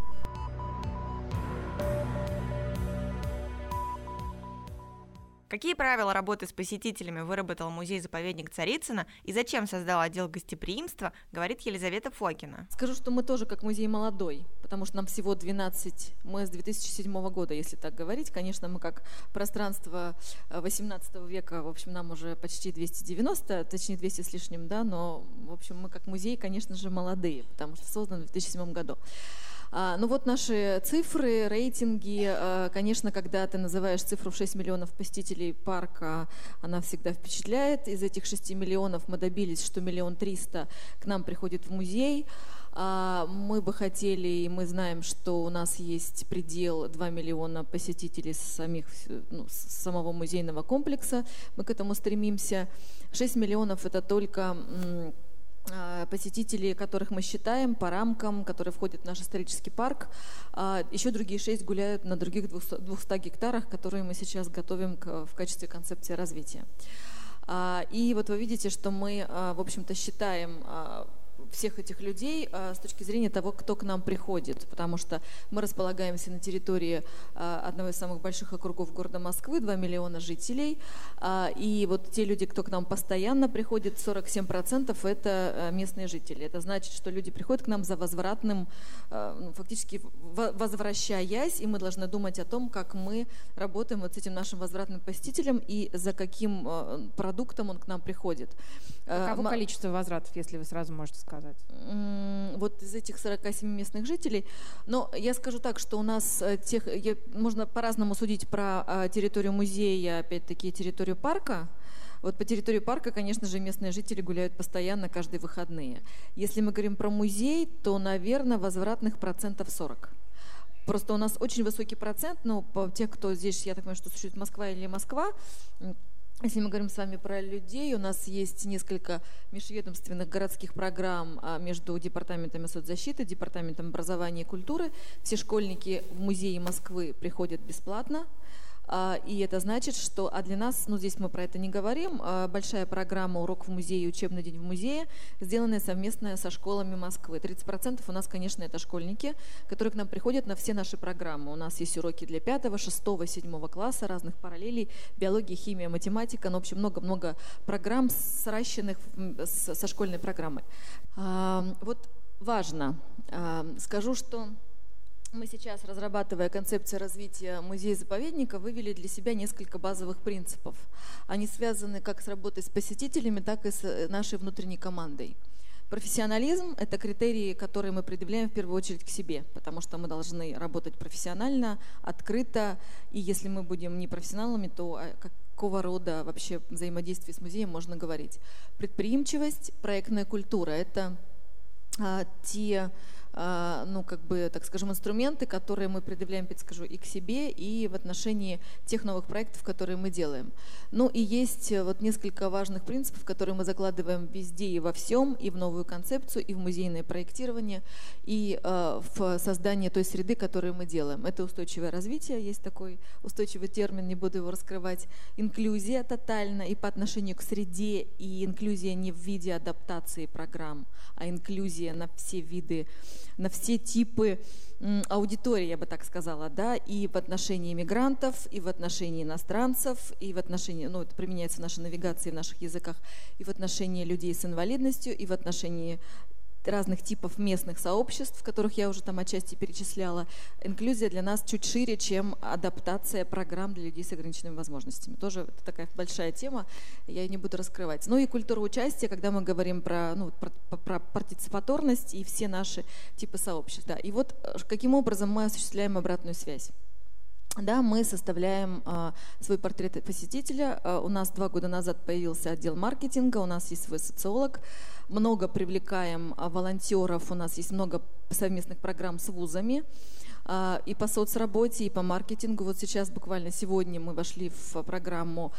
Какие правила работы с посетителями выработал музей-заповедник Царицына и зачем создал отдел гостеприимства, говорит Елизавета Фокина. Скажу, что мы тоже как музей молодой, потому что нам всего двенадцать, мы с две тысячи седьмого года, если так говорить. Конечно, мы как пространство восемнадцатого века, в общем, нам уже почти двести девяносто, точнее двести с лишним, да, но, в общем, мы как музей, конечно же, молодые, потому что создан в две тысячи седьмом году. А, ну вот наши цифры, рейтинги. А, конечно, когда ты называешь цифру в шесть миллионов посетителей парка, она всегда впечатляет. Из этих шести миллионов мы добились, что миллион триста к нам приходит в музей. А, мы бы хотели, и мы знаем, что у нас есть предел два миллиона посетителей самих, ну, самого музейного комплекса. Мы к этому стремимся. шесть миллионов – это только посетителей, которых мы считаем по рамкам, которые входят в наш исторический парк. Еще другие шесть гуляют на других двухстах гектарах, которые мы сейчас готовим в качестве концепции развития. И вот вы видите, что мы, в общем-то, считаем всех этих людей а, с точки зрения того, кто к нам приходит, потому что мы располагаемся на территории а, одного из самых больших округов города Москвы, два миллиона жителей, а, и вот те люди, кто к нам постоянно приходит, сорок семь процентов это а, местные жители. Это значит, что люди приходят к нам за возвратным, а, ну, фактически в, возвращаясь, и мы должны думать о том, как мы работаем вот с этим нашим возвратным посетителем и за каким а, продуктом он к нам приходит. Каково а, количество возвратов, если вы сразу можете сказать? Вот из этих сорока семи местных жителей. Но я скажу так, что у нас тех, я, можно по-разному судить про а, территорию музея, опять-таки территорию парка. Вот по территории парка, конечно же, местные жители гуляют постоянно, каждые выходные. Если мы говорим про музей, то, наверное, возвратных процентов сорок. Просто у нас очень высокий процент, но по тех, кто здесь, я так понимаю, что существует Москва или Москва, если мы говорим с вами про людей, у нас есть несколько межведомственных городских программ между департаментами соцзащиты, департаментом образования и культуры. Все школьники в музее Москвы приходят бесплатно. И это значит, что а для нас, ну здесь мы про это не говорим, большая программа «Урок в музее», «Учебный день в музее», сделанная совместно со школами Москвы. тридцать процентов у нас, конечно, это школьники, которые к нам приходят на все наши программы. У нас есть уроки для пятого, шестого, седьмого класса, разных параллелей, биология, химия, математика, ну, в общем, много-много программ, сращенных со школьной программой. Вот важно, скажу, что мы сейчас, разрабатывая концепцию развития музея-заповедника, вывели для себя несколько базовых принципов. Они связаны как с работой с посетителями, так и с нашей внутренней командой. Профессионализм – это критерии, которые мы предъявляем в первую очередь к себе, потому что мы должны работать профессионально, открыто, и если мы будем не профессионалами, то какого рода вообще взаимодействие с музеем можно говорить? Предприимчивость, проектная культура – это а, те… ну, как бы, так скажем, инструменты, которые мы предъявляем, скажу, и к себе, и в отношении тех новых проектов, которые мы делаем. Ну, и есть вот несколько важных принципов, которые мы закладываем везде и во всем, и в новую концепцию, и в музейное проектирование, и э, в создание той среды, которую мы делаем. Это устойчивое развитие, есть такой устойчивый термин, не буду его раскрывать, инклюзия тотально, и по отношению к среде, и инклюзия не в виде адаптации программ, а инклюзия на все виды, на все типы аудитории, я бы так сказала, да, и в отношении мигрантов, и в отношении иностранцев, и в отношении, ну, это применяется в нашей навигации, в наших языках, и в отношении людей с инвалидностью, и в отношении разных типов местных сообществ, которых я уже там отчасти перечисляла. Инклюзия для нас чуть шире, чем адаптация программ для людей с ограниченными возможностями. Тоже это такая большая тема, я ее не буду раскрывать. Ну и культура участия, когда мы говорим про, ну, про, про партиципаторность и все наши типы сообществ. Да. И вот каким образом мы осуществляем обратную связь. Да, мы составляем а, свой портрет посетителя. А, у нас два года назад появился отдел маркетинга, у нас есть свой социолог. Много привлекаем а, волонтеров, у нас есть много совместных программ с вузами. А, и по соцработе, и по маркетингу. Вот сейчас, буквально сегодня, мы вошли в программу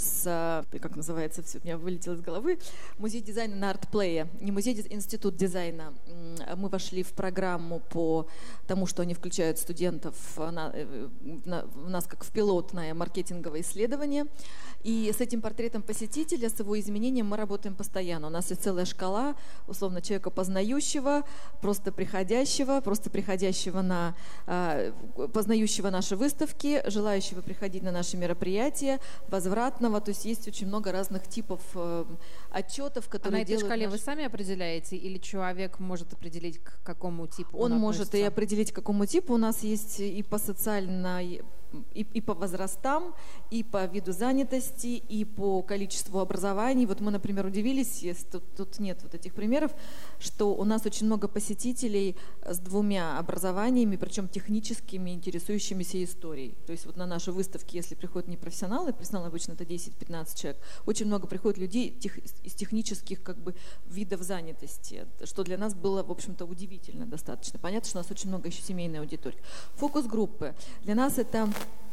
с, как называется, все, у меня вылетело из головы, музей дизайна на артплее. Не музей, институт дизайна. Мы вошли в программу по тому, что они включают студентов на, на, в нас как в пилотное маркетинговое исследование. И с этим портретом посетителя, с его изменением мы работаем постоянно. У нас есть целая шкала, условно, человека познающего, просто приходящего, просто приходящего на, э, познающего наши выставки, желающего приходить на наши мероприятия, возвратного. То есть есть очень много разных типов э, отчетов, которые а на этой делают шкале наш... вы сами определяете или человек может определить, к какому типу он, он может относится? и определить, к какому типу. У нас есть и по социальной, и, и по возрастам, и по виду занятости, и по количеству образований. Вот мы, например, удивились, если тут, тут нет вот этих примеров, что у нас очень много посетителей с двумя образованиями, причем техническими, интересующимися историей. То есть вот на наши выставки, если приходят не профессионалы, профессионалы обычно это десять-пятнадцать человек, очень много приходит людей тех, из технических как бы видов занятости, что для нас было, в общем-то, удивительно достаточно. Понятно, что у нас очень много еще семейной аудитории. Фокус-группы. Для нас это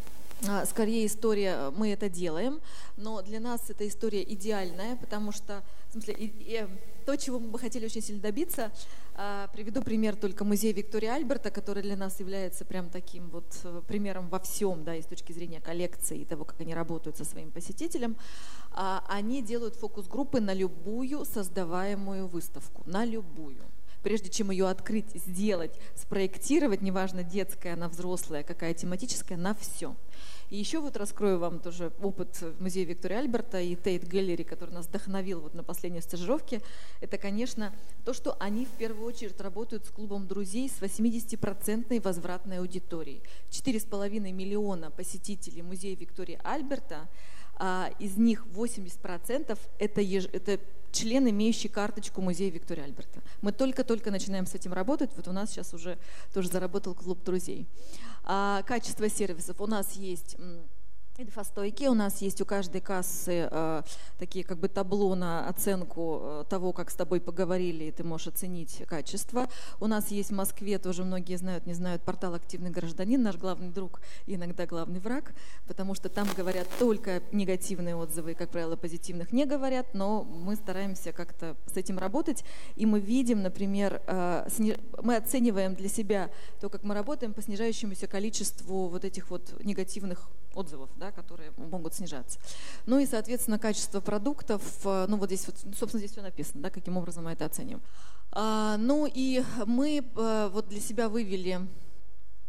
скорее история, мы это делаем, но для нас эта история идеальная, потому что, в смысле, и, и, то, чего мы бы хотели очень сильно добиться, а, приведу пример только музея Виктории Альберта, который для нас является прям таким вот примером во всем, да, и с точки зрения коллекции и того, как они работают со своим посетителем. А, они делают фокус-группы на любую создаваемую выставку, на любую. Прежде чем ее открыть, сделать, спроектировать, неважно, детская, она взрослая, какая тематическая, на все. И еще вот раскрою вам тоже опыт музея Виктории Альберта и Тейт Гэллери, который нас вдохновил вот на последней стажировке. Это, конечно, то, что они в первую очередь работают с клубом друзей с восьмидесятипроцентной возвратной аудиторией. четыре с половиной миллиона посетителей музея Виктории Альберта, а из них восемьдесят процентов это, еж... это член, имеющий карточку музея Виктории Альберта. Мы только-только начинаем с этим работать, вот у нас сейчас уже тоже заработал клуб друзей. А, качество сервисов. У нас есть инфостойки, у нас есть у каждой кассы э, такие как бы табло на оценку э, того, как с тобой поговорили, и ты можешь оценить качество. У нас есть в Москве, тоже многие знают, не знают, портал «Активный гражданин», наш главный друг и иногда главный враг, потому что там говорят только негативные отзывы, как правило, позитивных не говорят, но мы стараемся как-то с этим работать, и мы видим, например, э, сни... мы оцениваем для себя то, как мы работаем по снижающемуся количеству вот этих вот негативных отзывов, да, которые могут снижаться. Ну и, соответственно, качество продуктов, ну вот здесь, вот, собственно, здесь все написано, да, каким образом мы это оценим. А, ну и мы а, вот для себя вывели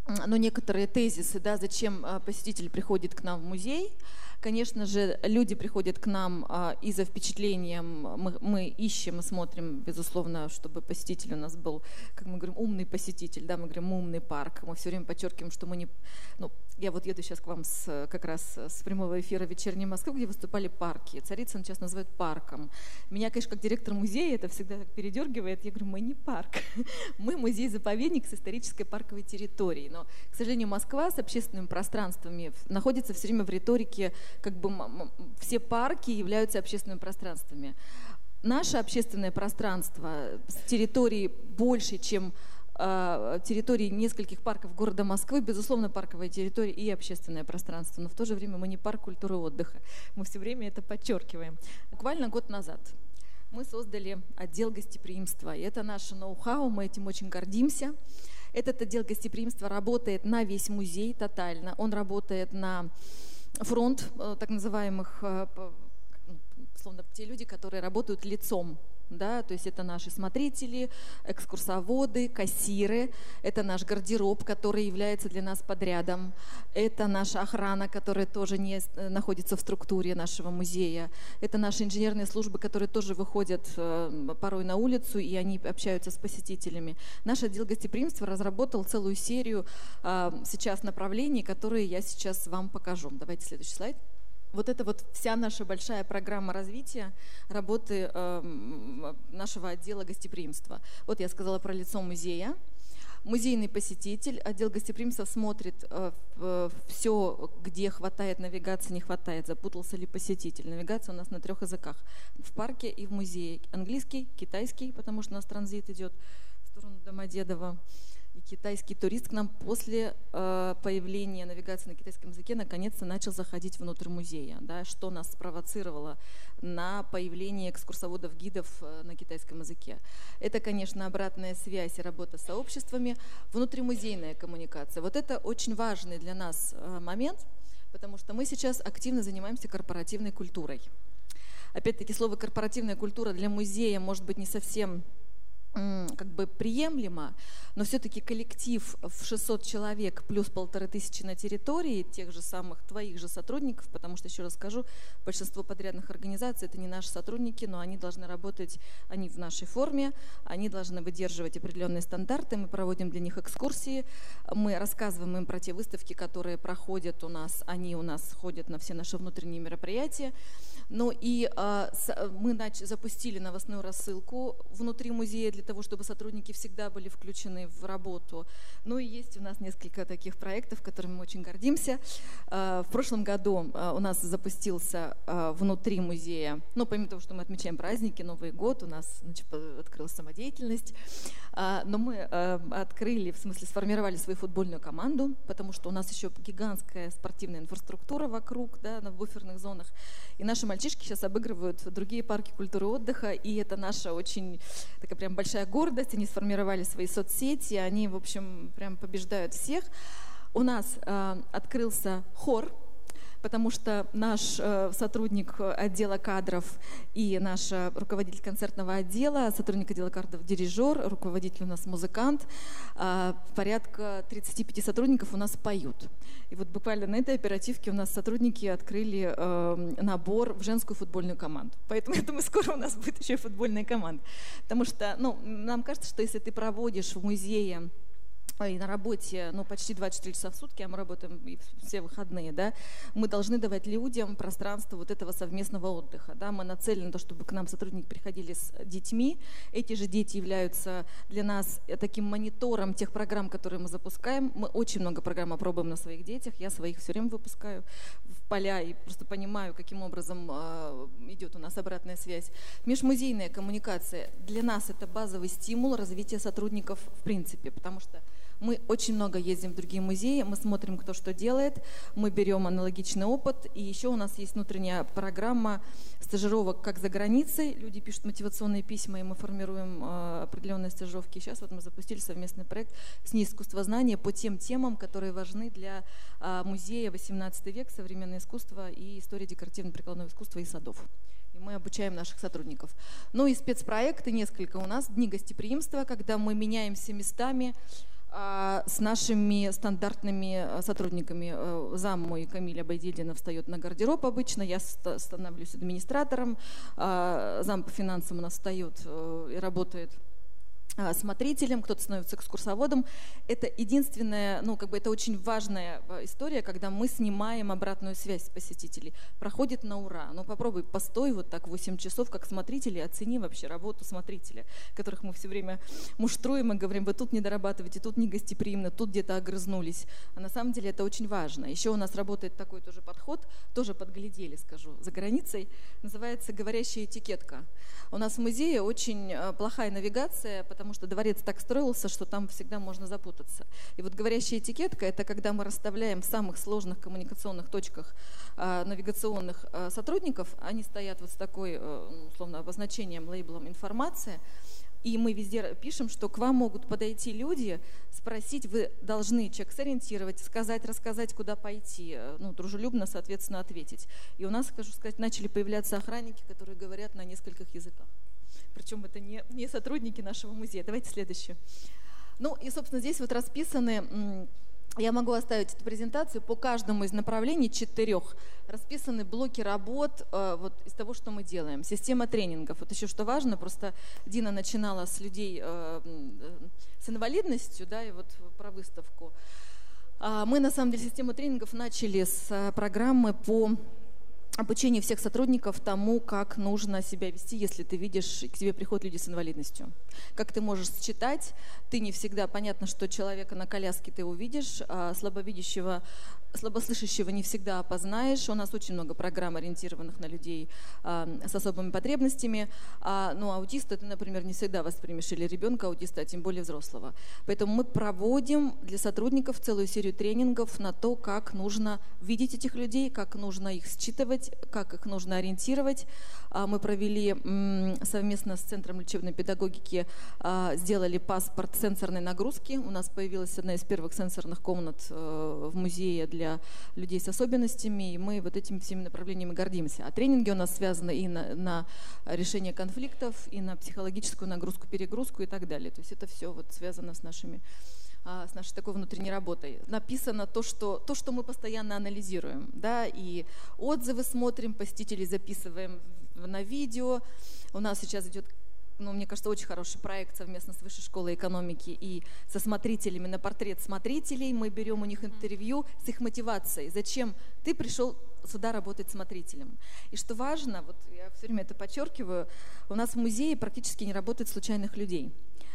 но некоторые тезисы, да, зачем посетитель приходит к нам в музей. Конечно же, люди приходят к нам а, и за впечатлением. Мы, мы ищем и смотрим, безусловно, чтобы посетитель у нас был, как мы говорим, умный посетитель. Да, мы говорим, умный парк. Мы все время подчеркиваем, что мы не... Ну, я вот еду сейчас к вам с, как раз с прямого эфира «Вечерней Москвы», где выступали парки. Царицын сейчас называют парком. Меня, конечно, как директор музея это всегда так передергивает. Я говорю, мы не парк. Мы музей-заповедник с исторической парковой территорией. Но, к сожалению, Москва с общественными пространствами находится все время в риторике, как бы все парки являются общественными пространствами. Наше общественное пространство с территорией больше, чем э, территории нескольких парков города Москвы, безусловно, парковая территория и общественное пространство, но в то же время мы не парк культуры и отдыха. Мы все время это подчеркиваем. Буквально год назад мы создали отдел гостеприимства, и это наше ноу-хау, мы этим очень гордимся. Этот отдел гостеприимства работает на весь музей тотально, он работает на фронт так называемых, условно, те люди, которые работают лицом, да, то есть это наши смотрители, экскурсоводы, кассиры, это наш гардероб, который является для нас подрядом, это наша охрана, которая тоже не находится в структуре нашего музея, это наши инженерные службы, которые тоже выходят порой на улицу, и они общаются с посетителями. Наш отдел гостеприимства разработал целую серию сейчас направлений, которые я сейчас вам покажу. Давайте следующий слайд. Вот это вот вся наша большая программа развития работы э, нашего отдела гостеприимства. Вот я сказала про лицо музея. Музейный посетитель, отдел гостеприимства смотрит э, э, все, где хватает навигации, не хватает, запутался ли посетитель. Навигация у нас на трех языках. В парке и в музее. Английский, китайский, потому что у нас транзит идет в сторону Домодедово. И китайский турист к нам после э, появления навигации на китайском языке наконец-то начал заходить внутрь музея, да, что нас спровоцировало на появление экскурсоводов-гидов э, на китайском языке. Это, конечно, обратная связь и работа с сообществами, внутримузейная коммуникация. Вот это очень важный для нас э, момент, потому что мы сейчас активно занимаемся корпоративной культурой. Опять-таки, слово «корпоративная культура» для музея может быть не совсем как бы приемлемо, но все-таки коллектив в шестьсот человек плюс полторы тысячи на территории тех же самых твоих же сотрудников, потому что, еще раз скажу, большинство подрядных организаций это не наши сотрудники, но они должны работать, они в нашей форме, они должны выдерживать определенные стандарты, мы проводим для них экскурсии, мы рассказываем им про те выставки, которые проходят у нас, они у нас ходят на все наши внутренние мероприятия. Ну и э, с, мы нач, запустили новостную рассылку внутри музея для того, чтобы сотрудники всегда были включены в работу. Ну и есть у нас несколько таких проектов, которыми мы очень гордимся. Э, в прошлом году э, у нас запустился э, внутри музея, ну помимо того, что мы отмечаем праздники, Новый год, у нас, значит, открылась самодеятельность, э, но мы э, открыли, в смысле сформировали свою футбольную команду, потому что у нас еще гигантская спортивная инфраструктура вокруг, да, на буферных зонах, и наши мальчишки сейчас обыгрывают другие парки культуры и отдыха, и это наша очень такая прям большая гордость. Они сформировали свои соцсети, они, в общем, прям побеждают всех. У нас э, открылся хор, потому что наш э, сотрудник отдела кадров и наш э, руководитель концертного отдела, сотрудник отдела кадров дирижер, руководитель у нас музыкант, э, порядка тридцати пяти сотрудников у нас поют. И вот буквально на этой оперативке у нас сотрудники открыли э, набор в женскую футбольную команду. Поэтому я думаю, скоро у нас будет еще и футбольная команда. Потому что ну, нам кажется, что если ты проводишь в музее и на работе, ну, почти двадцать четыре часа в сутки, а мы работаем и все выходные, да, мы должны давать людям пространство вот этого совместного отдыха, да, мы нацелены на то, чтобы к нам сотрудники приходили с детьми, эти же дети являются для нас таким монитором тех программ, которые мы запускаем, мы очень много программ опробуем на своих детях, я своих все время выпускаю в поля и просто понимаю, каким образом э, идет у нас обратная связь. Межмузейная коммуникация для нас это базовый стимул развития сотрудников в принципе, потому что мы очень много ездим в другие музеи, мы смотрим, кто что делает, мы берем аналогичный опыт, и еще у нас есть внутренняя программа стажировок как за границей, люди пишут мотивационные письма, и мы формируем э, определенные стажировки. Сейчас вот мы запустили совместный проект с НИИ искусствознания по тем темам, которые важны для э, музея восемнадцатый век, современное искусство и история декоративно-прикладного искусства и садов. И мы обучаем наших сотрудников. Ну и спецпроекты несколько у нас, дни гостеприимства, когда мы меняемся местами, с нашими стандартными сотрудниками. Зам мой Камиль Абайдельдинов встает на гардероб обычно, я становлюсь администратором, зам по финансам у нас встает и работает смотрителем, кто-то становится экскурсоводом. Это единственная, ну, как бы это очень важная история, когда мы снимаем обратную связь с посетителей. Проходит на ура. Ну, попробуй, постой вот так восемь часов, как смотритель, и оцени вообще работу смотрителя, которых мы все время муштруем и говорим, вы тут не дорабатываете, тут не гостеприимно, тут где-то огрызнулись. А на самом деле это очень важно. Еще у нас работает такой тоже подход, тоже подглядели, скажу, за границей, называется «говорящая этикетка». У нас в музее очень плохая навигация, потому что дворец так строился, что там всегда можно запутаться. И вот говорящая этикетка – это когда мы расставляем в самых сложных коммуникационных точках э, навигационных э, сотрудников, они стоят вот с такой, э, условно, обозначением, лейблом «информация», и мы везде пишем, что к вам могут подойти люди, спросить, вы должны человека сориентировать, сказать, рассказать, куда пойти, ну, дружелюбно, соответственно, ответить. И у нас, скажу сказать, начали появляться охранники, которые говорят на нескольких языках. Причем это не, не сотрудники нашего музея. Давайте следующее. Ну и, собственно, здесь вот расписаны, я могу оставить эту презентацию, по каждому из направлений четырех расписаны блоки работ э, вот из того, что мы делаем. Система тренингов. Вот еще что важно, просто Дина начинала с людей э, с инвалидностью, да, и вот про выставку. А мы, на самом деле, систему тренингов начали с программы по обучение всех сотрудников тому, как нужно себя вести, если ты видишь, к тебе приходят люди с инвалидностью. Как ты можешь считать, ты не всегда, понятно, что человека на коляске ты увидишь, а слабовидящего, слабослышащего не всегда опознаешь. У нас очень много программ, ориентированных на людей а, с особыми потребностями. А, ну, аутиста ты, например, не всегда воспримешь, или ребенка аутиста, а тем более взрослого. Поэтому мы проводим для сотрудников целую серию тренингов на то, как нужно видеть этих людей, как нужно их считывать, как их нужно ориентировать. Мы провели совместно с Центром лечебной педагогики, сделали паспорт сенсорной нагрузки. У нас появилась одна из первых сенсорных комнат в музее для людей с особенностями, и мы вот этими всеми направлениями гордимся. А тренинги у нас связаны и на, на решение конфликтов, и на психологическую нагрузку, перегрузку и так далее. То есть это все вот связано с нашими с нашей такой внутренней работой. Написано то, что, то, что мы постоянно анализируем, да, и отзывы смотрим, посетителей записываем на видео. У нас сейчас идет, ну, мне кажется, очень хороший проект совместно с Высшей школой экономики и со смотрителями на портрет смотрителей. Мы берем у них интервью с их мотивацией. Зачем ты пришел сюда работать смотрителем? И что важно, вот я все время это подчеркиваю, у нас в музее практически не работает случайных людей.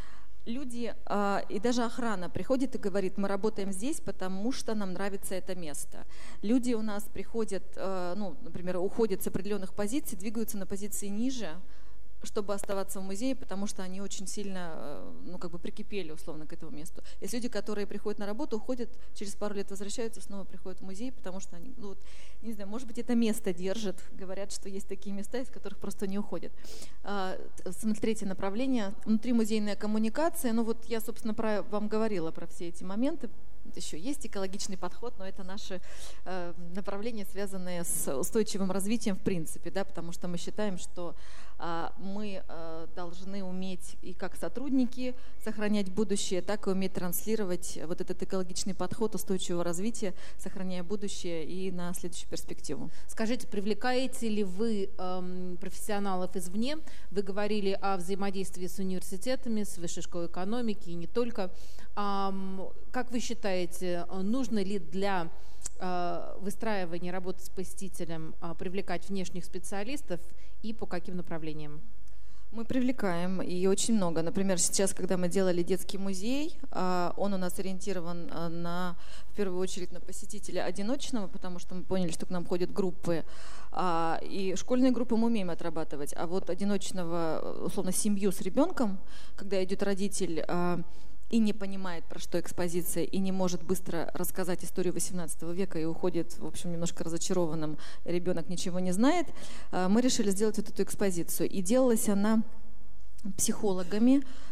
Люди э, и даже охрана приходит и говорит, мы работаем здесь, потому что нам нравится это место. Люди у нас приходят, э, ну, например, уходят с определенных позиций, двигаются на позиции ниже, чтобы оставаться в музее, потому что они очень сильно, ну, как бы прикипели, условно, к этому месту. Есть люди, которые приходят на работу, уходят, через пару лет возвращаются, снова приходят в музей, потому что они, ну, вот, не знаю, может быть, это место держит. Говорят, что есть такие места, из которых просто не уходят. А, третье направление – внутримузейная коммуникация. Ну, вот я, собственно, про, вам говорила про все эти моменты. Еще есть экологичный подход, но это наши э, направления, связанные с устойчивым развитием в принципе, да, потому что мы считаем, что э, мы э, должны уметь и как сотрудники сохранять будущее, так и уметь транслировать вот этот экологичный подход устойчивого развития, сохраняя будущее и на следующую перспективу. Скажите, привлекаете ли вы э, профессионалов извне? Вы говорили о взаимодействии с университетами, с Высшей школой экономики и не только. Э, как вы считаете, нужно ли для э, выстраивания работы с посетителем э, привлекать внешних специалистов и по каким направлениям? Мы привлекаем, и очень много. Например, сейчас, когда мы делали детский музей, э, он у нас ориентирован на, в первую очередь, на посетителя одиночного, потому что мы поняли, что к нам ходят группы, э, и школьные группы мы умеем отрабатывать, а вот одиночного, условно, семью с ребенком, когда идет родитель, э, и не понимает, про что экспозиция, и не может быстро рассказать историю восемнадцатого века и уходит, в общем, немножко разочарованным, ребенок ничего не знает, мы решили сделать вот эту экспозицию. И делалась она психологами,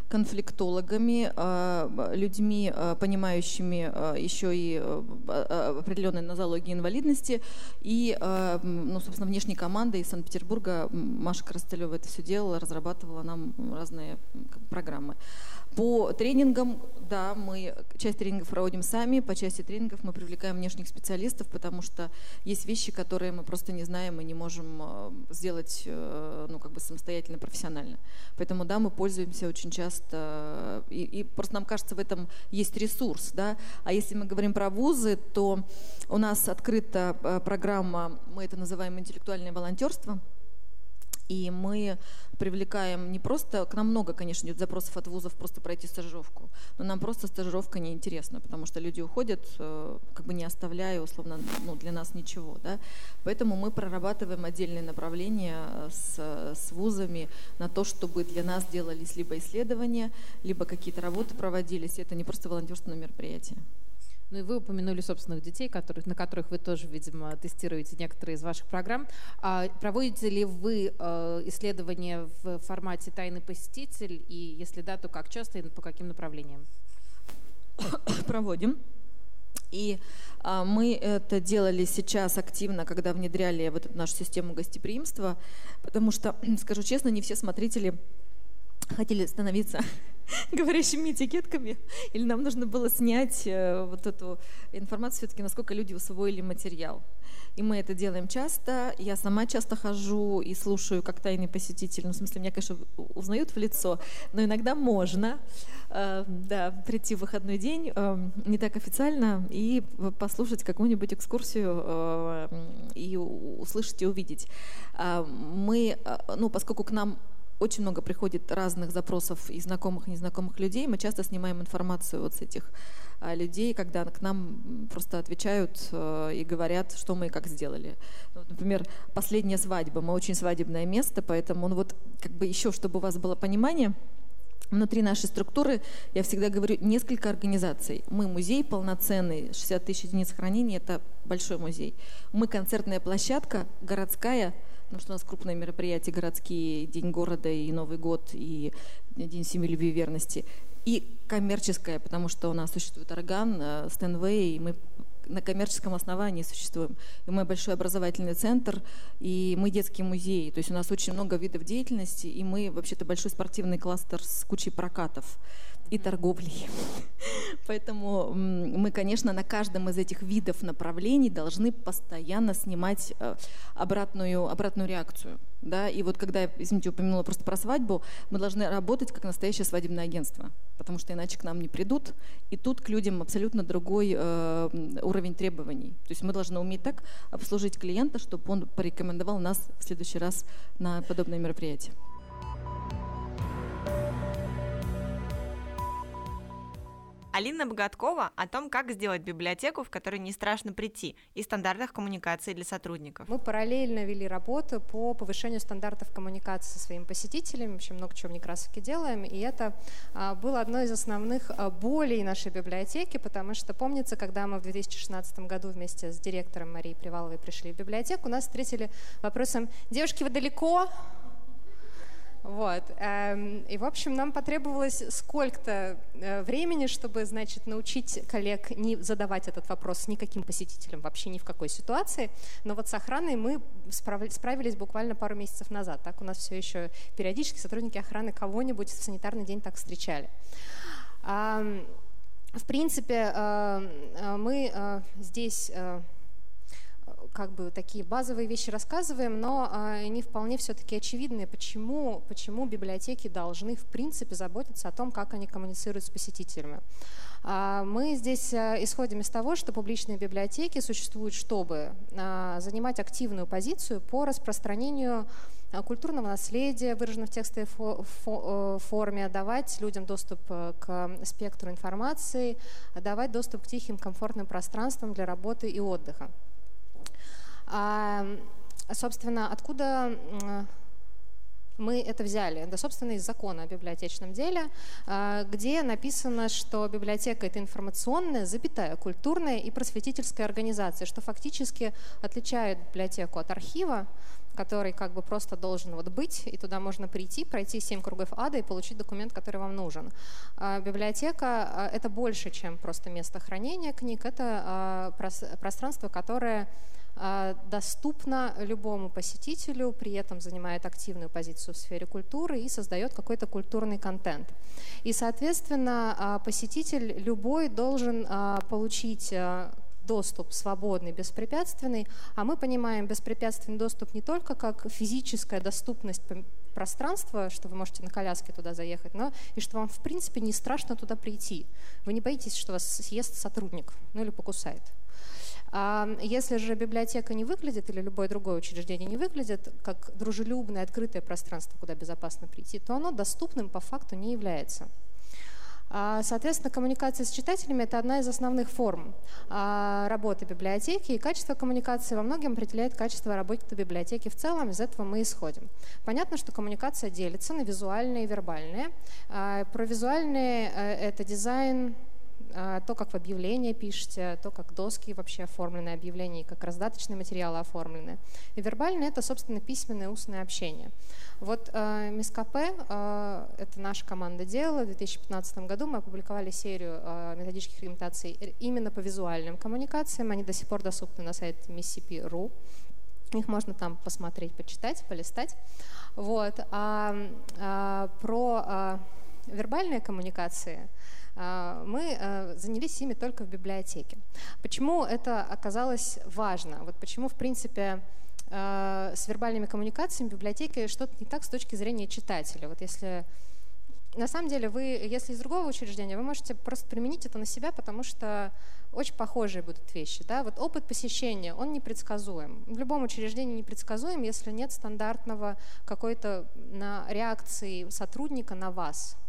конфликтологами, людьми, понимающими еще и определенные нозологии инвалидности, и, ну, собственно, внешней командой из Санкт-Петербурга Маша Коростылева это все делала, разрабатывала нам разные программы. По тренингам, да, мы часть тренингов проводим сами, по части тренингов мы привлекаем внешних специалистов, потому что есть вещи, которые мы просто не знаем и не можем сделать, ну, как бы самостоятельно, профессионально. Поэтому, да, мы пользуемся очень часто, и, и просто нам кажется, в этом есть ресурс, да. А если мы говорим про вузы, то у нас открыта программа, мы это называем интеллектуальное волонтерство. И мы привлекаем не просто, к нам много, конечно, идет запросов от вузов просто пройти стажировку, но нам просто стажировка неинтересна, потому что люди уходят, как бы не оставляя, условно, ну, для нас ничего, да? Поэтому мы прорабатываем отдельные направления с, с вузами на то, чтобы для нас делались либо исследования, либо какие-то работы проводились. Это не просто волонтерственное мероприятие. Ну и вы упомянули собственных детей, которых, на которых вы тоже, видимо, тестируете некоторые из ваших программ. А проводите ли вы э, исследования в формате «Тайный посетитель»? И если да, то как часто и по каким направлениям? Проводим. И а, мы это делали сейчас активно, когда внедряли вот эту нашу систему гостеприимства, потому что, скажу честно, не все смотрители хотели становиться говорящими этикетками, или нам нужно было снять э, вот эту информацию все-таки, насколько люди усвоили материал. И мы это делаем часто. Я сама часто хожу и слушаю как тайный посетитель. Ну, в смысле, меня, конечно, узнают в лицо, но иногда можно э, да, прийти в выходной день, э, не так официально, и послушать какую-нибудь экскурсию э, и услышать и увидеть. Э, мы, э, ну, поскольку к нам очень много приходит разных запросов и знакомых, и незнакомых людей. Мы часто снимаем информацию вот с этих а, людей, когда к нам просто отвечают а, и говорят, что мы и как сделали. Вот, например, последняя свадьба. Мы очень свадебное место, поэтому, ну вот, как бы еще, чтобы у вас было понимание, внутри нашей структуры, я всегда говорю, несколько организаций. Мы музей полноценный, шестьдесят тысяч единиц хранения, это большой музей. Мы концертная площадка, городская, потому что у нас крупные мероприятия городские, День города и Новый год, и День семьи, любви и верности. И коммерческая, потому что у нас существует орган, Стэнвей, и мы на коммерческом основании существуем. И мы большой образовательный центр, и мы детский музей. То есть у нас очень много видов деятельности, и мы вообще-то большой спортивный кластер с кучей прокатов и торговлей. Поэтому мы, конечно, на каждом из этих видов направлений должны постоянно снимать обратную, обратную реакцию. Да? И вот когда я, извините, упомянула просто про свадьбу, мы должны работать как настоящее свадебное агентство, потому что иначе к нам не придут. И тут к людям абсолютно другой э, уровень требований. То есть мы должны уметь так обслужить клиента, чтобы он порекомендовал нас в следующий раз на подобное мероприятие. Алина Богаткова о том, как сделать библиотеку, в которой не страшно прийти, и стандартах коммуникации для сотрудников. Мы параллельно вели работу по повышению стандартов коммуникации со своими посетителями, вообще много чего в Некрасовке делаем, и это а, было одной из основных а, болей нашей библиотеки, потому что, помнится, когда мы в две тысячи шестнадцатом году вместе с директором Марией Приваловой пришли в библиотеку, нас встретили вопросом: «Девушки, вы далеко?» Вот. И, в общем, нам потребовалось сколько-то времени, чтобы, значит, научить коллег не задавать этот вопрос никаким посетителям, вообще ни в какой ситуации. Но вот с охраной мы справились буквально пару месяцев назад. Так у нас все еще периодически сотрудники охраны кого-нибудь в санитарный день так встречали. В принципе, мы здесь как бы такие базовые вещи рассказываем, но они вполне все-таки очевидны, почему, почему библиотеки должны в принципе заботиться о том, как они коммуницируют с посетителями. Мы здесь исходим из того, что публичные библиотеки существуют, чтобы занимать активную позицию по распространению культурного наследия, выраженного в текстовой форме, давать людям доступ к спектру информации, давать доступ к тихим, комфортным пространствам для работы и отдыха. А, собственно, откуда мы это взяли? Да, собственно, из закона о библиотечном деле, где написано, что библиотека – это информационная, запятая, культурная и просветительская организация, что фактически отличает библиотеку от архива, который как бы просто должен вот быть, и туда можно прийти, пройти семь кругов ада и получить документ, который вам нужен. А библиотека — это больше, чем просто место хранения книг, это пространство, которое доступно любому посетителю, при этом занимает активную позицию в сфере культуры и создает какой-то культурный контент. И, соответственно, посетитель любой должен получить доступ свободный, беспрепятственный, а мы понимаем беспрепятственный доступ не только как физическая доступность пространства, что вы можете на коляске туда заехать, но и что вам в принципе не страшно туда прийти. Вы не боитесь, что вас съест сотрудник, ну или покусает. А если же библиотека не выглядит, или любое другое учреждение не выглядит как дружелюбное, открытое пространство, куда безопасно прийти, то оно доступным по факту не является. Соответственно, коммуникация с читателями – это одна из основных форм работы библиотеки, и качество коммуникации во многом определяет качество работы библиотеки в целом, из этого мы исходим. Понятно, что коммуникация делится на визуальные и вербальные. Про визуальные – это дизайн, то, как в объявления пишете, то, как доски вообще оформлены объявления, как раздаточные материалы оформлены. И вербальное – это, собственно, письменное устное общение. Вот э, МИСКП, э, это наша команда делала. В две тысячи пятнадцатом году мы опубликовали серию э, методических рекомендаций именно по визуальным коммуникациям. Они до сих пор доступны на сайте миссипи точка ру. Их можно там посмотреть, почитать, полистать. Вот. А, а, про а, вербальные коммуникации мы занялись ими только в библиотеке. Почему это оказалось важно? Вот почему, в принципе, с вербальными коммуникациями в библиотеке что-то не так с точки зрения читателя. Вот если на самом деле вы, если из другого учреждения, вы можете просто применить это на себя, потому что очень похожие будут вещи. Да? Вот опыт посещения, он непредсказуем. В любом учреждении непредсказуем, если нет стандартного какой-то реакции сотрудника на вас.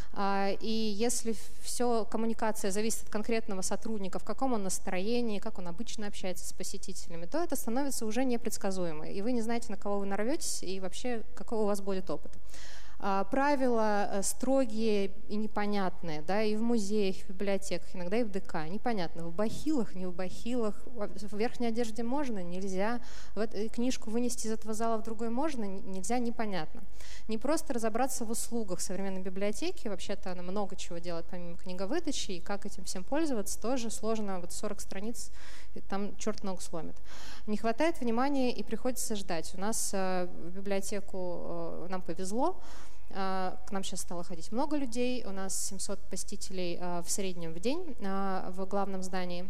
И если все, коммуникация зависит от конкретного сотрудника, в каком он настроении, как он обычно общается с посетителями, то это становится уже непредсказуемо. И вы не знаете, на кого вы нарветесь и вообще какой у вас будет опыт. Правила строгие и непонятные, да, и в музеях, и в библиотеках, иногда и в ДК. Непонятно, в бахилах, не в бахилах, в верхней одежде можно, нельзя, книжку вынести из этого зала в другой можно, нельзя, непонятно. Не просто разобраться в услугах современной библиотеки, вообще-то она много чего делает помимо книговыдачи, и как этим всем пользоваться, тоже сложно, вот сорок страниц, там черт ногу сломит. Не хватает внимания и приходится ждать. У нас в библиотеку нам повезло, к нам сейчас стало ходить много людей, у нас семьсот посетителей в среднем в день в главном здании,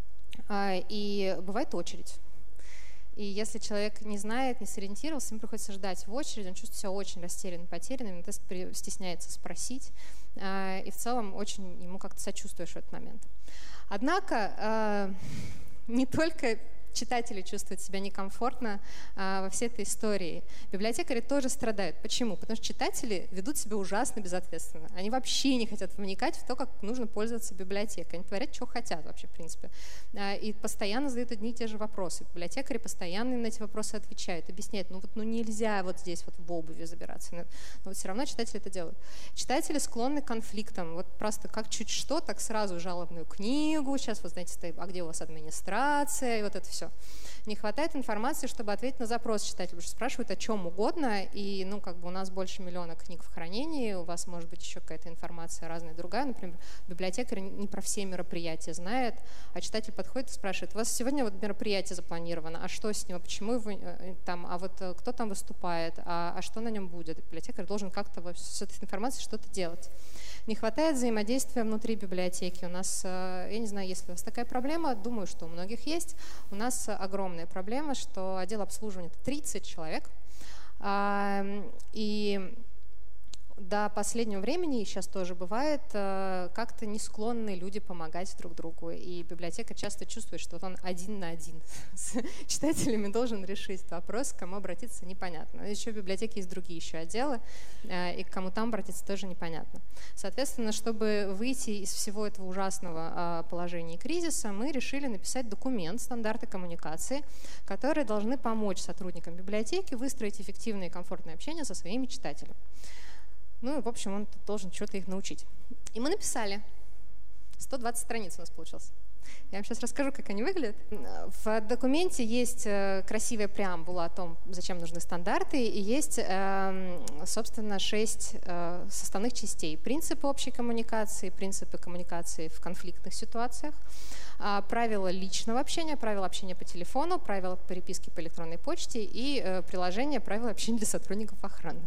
и бывает очередь. И если человек не знает, не сориентировался, ему приходится ждать в очереди, он чувствует себя очень растерянным, потерянным, стесняется спросить, и в целом очень ему как-то сочувствуешь в этот момент. Однако не только читатели чувствуют себя некомфортно а, во всей этой истории. Библиотекари тоже страдают. Почему? Потому что читатели ведут себя ужасно безответственно. Они вообще не хотят вникать в то, как нужно пользоваться библиотекой. Они творят, что хотят вообще, в принципе. А, и постоянно задают одни и те же вопросы. Библиотекари постоянно на эти вопросы отвечают, объясняют, ну вот ну нельзя вот здесь вот в обуви забираться. Но вот все равно читатели это делают. Читатели склонны к конфликтам. Вот просто как чуть что, так сразу жалобную книгу. Сейчас вы знаете, а где у вас администрация? И вот это все. Не хватает информации, чтобы ответить на запрос читателя, потому что спрашивают о чем угодно, и ну, как бы у нас больше миллиона книг в хранении, у вас может быть еще какая-то информация разная, другая. Например, библиотекарь не про все мероприятия знает, а читатель подходит и спрашивает: у вас сегодня вот мероприятие запланировано, а что с ним, почему вы там, а вот кто там выступает, а, а что на нем будет? Библиотекарь должен как-то с этой информацией что-то делать. Не хватает взаимодействия внутри библиотеки. У нас, я не знаю, есть ли у вас такая проблема, думаю, что у многих есть. У нас огромная проблема, что отдел обслуживания — это тридцать человек. И до последнего времени, и сейчас тоже бывает, как-то не склонны люди помогать друг другу. И библиотека часто чувствует, что вот он один на один с читателями должен решить вопрос, к кому обратиться, непонятно. Еще в библиотеке есть другие еще отделы, и к кому там обратиться тоже непонятно. Соответственно, чтобы выйти из всего этого ужасного положения и кризиса, мы решили написать документ, стандарты коммуникации, которые должны помочь сотрудникам библиотеки выстроить эффективное и комфортное общение со своими читателями. Ну, в общем, он должен что-то их научить. И мы написали. сто двадцать страниц у нас получилось. Я вам сейчас расскажу, как они выглядят. В документе есть красивая преамбула о том, зачем нужны стандарты, и есть, собственно, шесть составных частей. Принципы общей коммуникации, принципы коммуникации в конфликтных ситуациях, правила личного общения, правила общения по телефону, правила переписки по электронной почте и приложение правила общения для сотрудников охраны.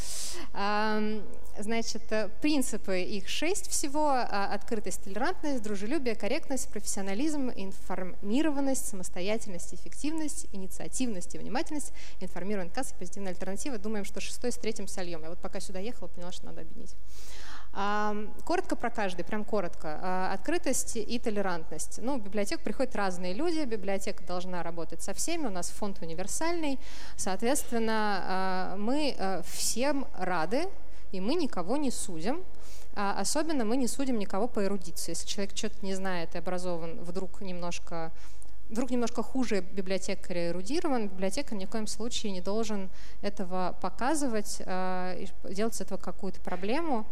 Значит, принципы их шесть всего: открытость, толерантность, дружелюбие, корректность, профессионализм, информированность, самостоятельность, эффективность, инициативность и внимательность, информированный отказ и позитивная альтернатива. Думаем, что шестой с третьим сольем. Я вот пока сюда ехала, поняла, что надо объединить. Коротко про каждый, прям коротко. Открытость и толерантность. Ну, в библиотеку приходят разные люди, библиотека должна работать со всеми, у нас фонд универсальный, соответственно, мы всем рады, и мы никого не судим. Особенно мы не судим никого по эрудиции. Если человек что-то не знает и образован, вдруг немножко, вдруг немножко хуже библиотекаря эрудирован, библиотекарь ни в коем случае не должен этого показывать, делать из этого какую-то проблему.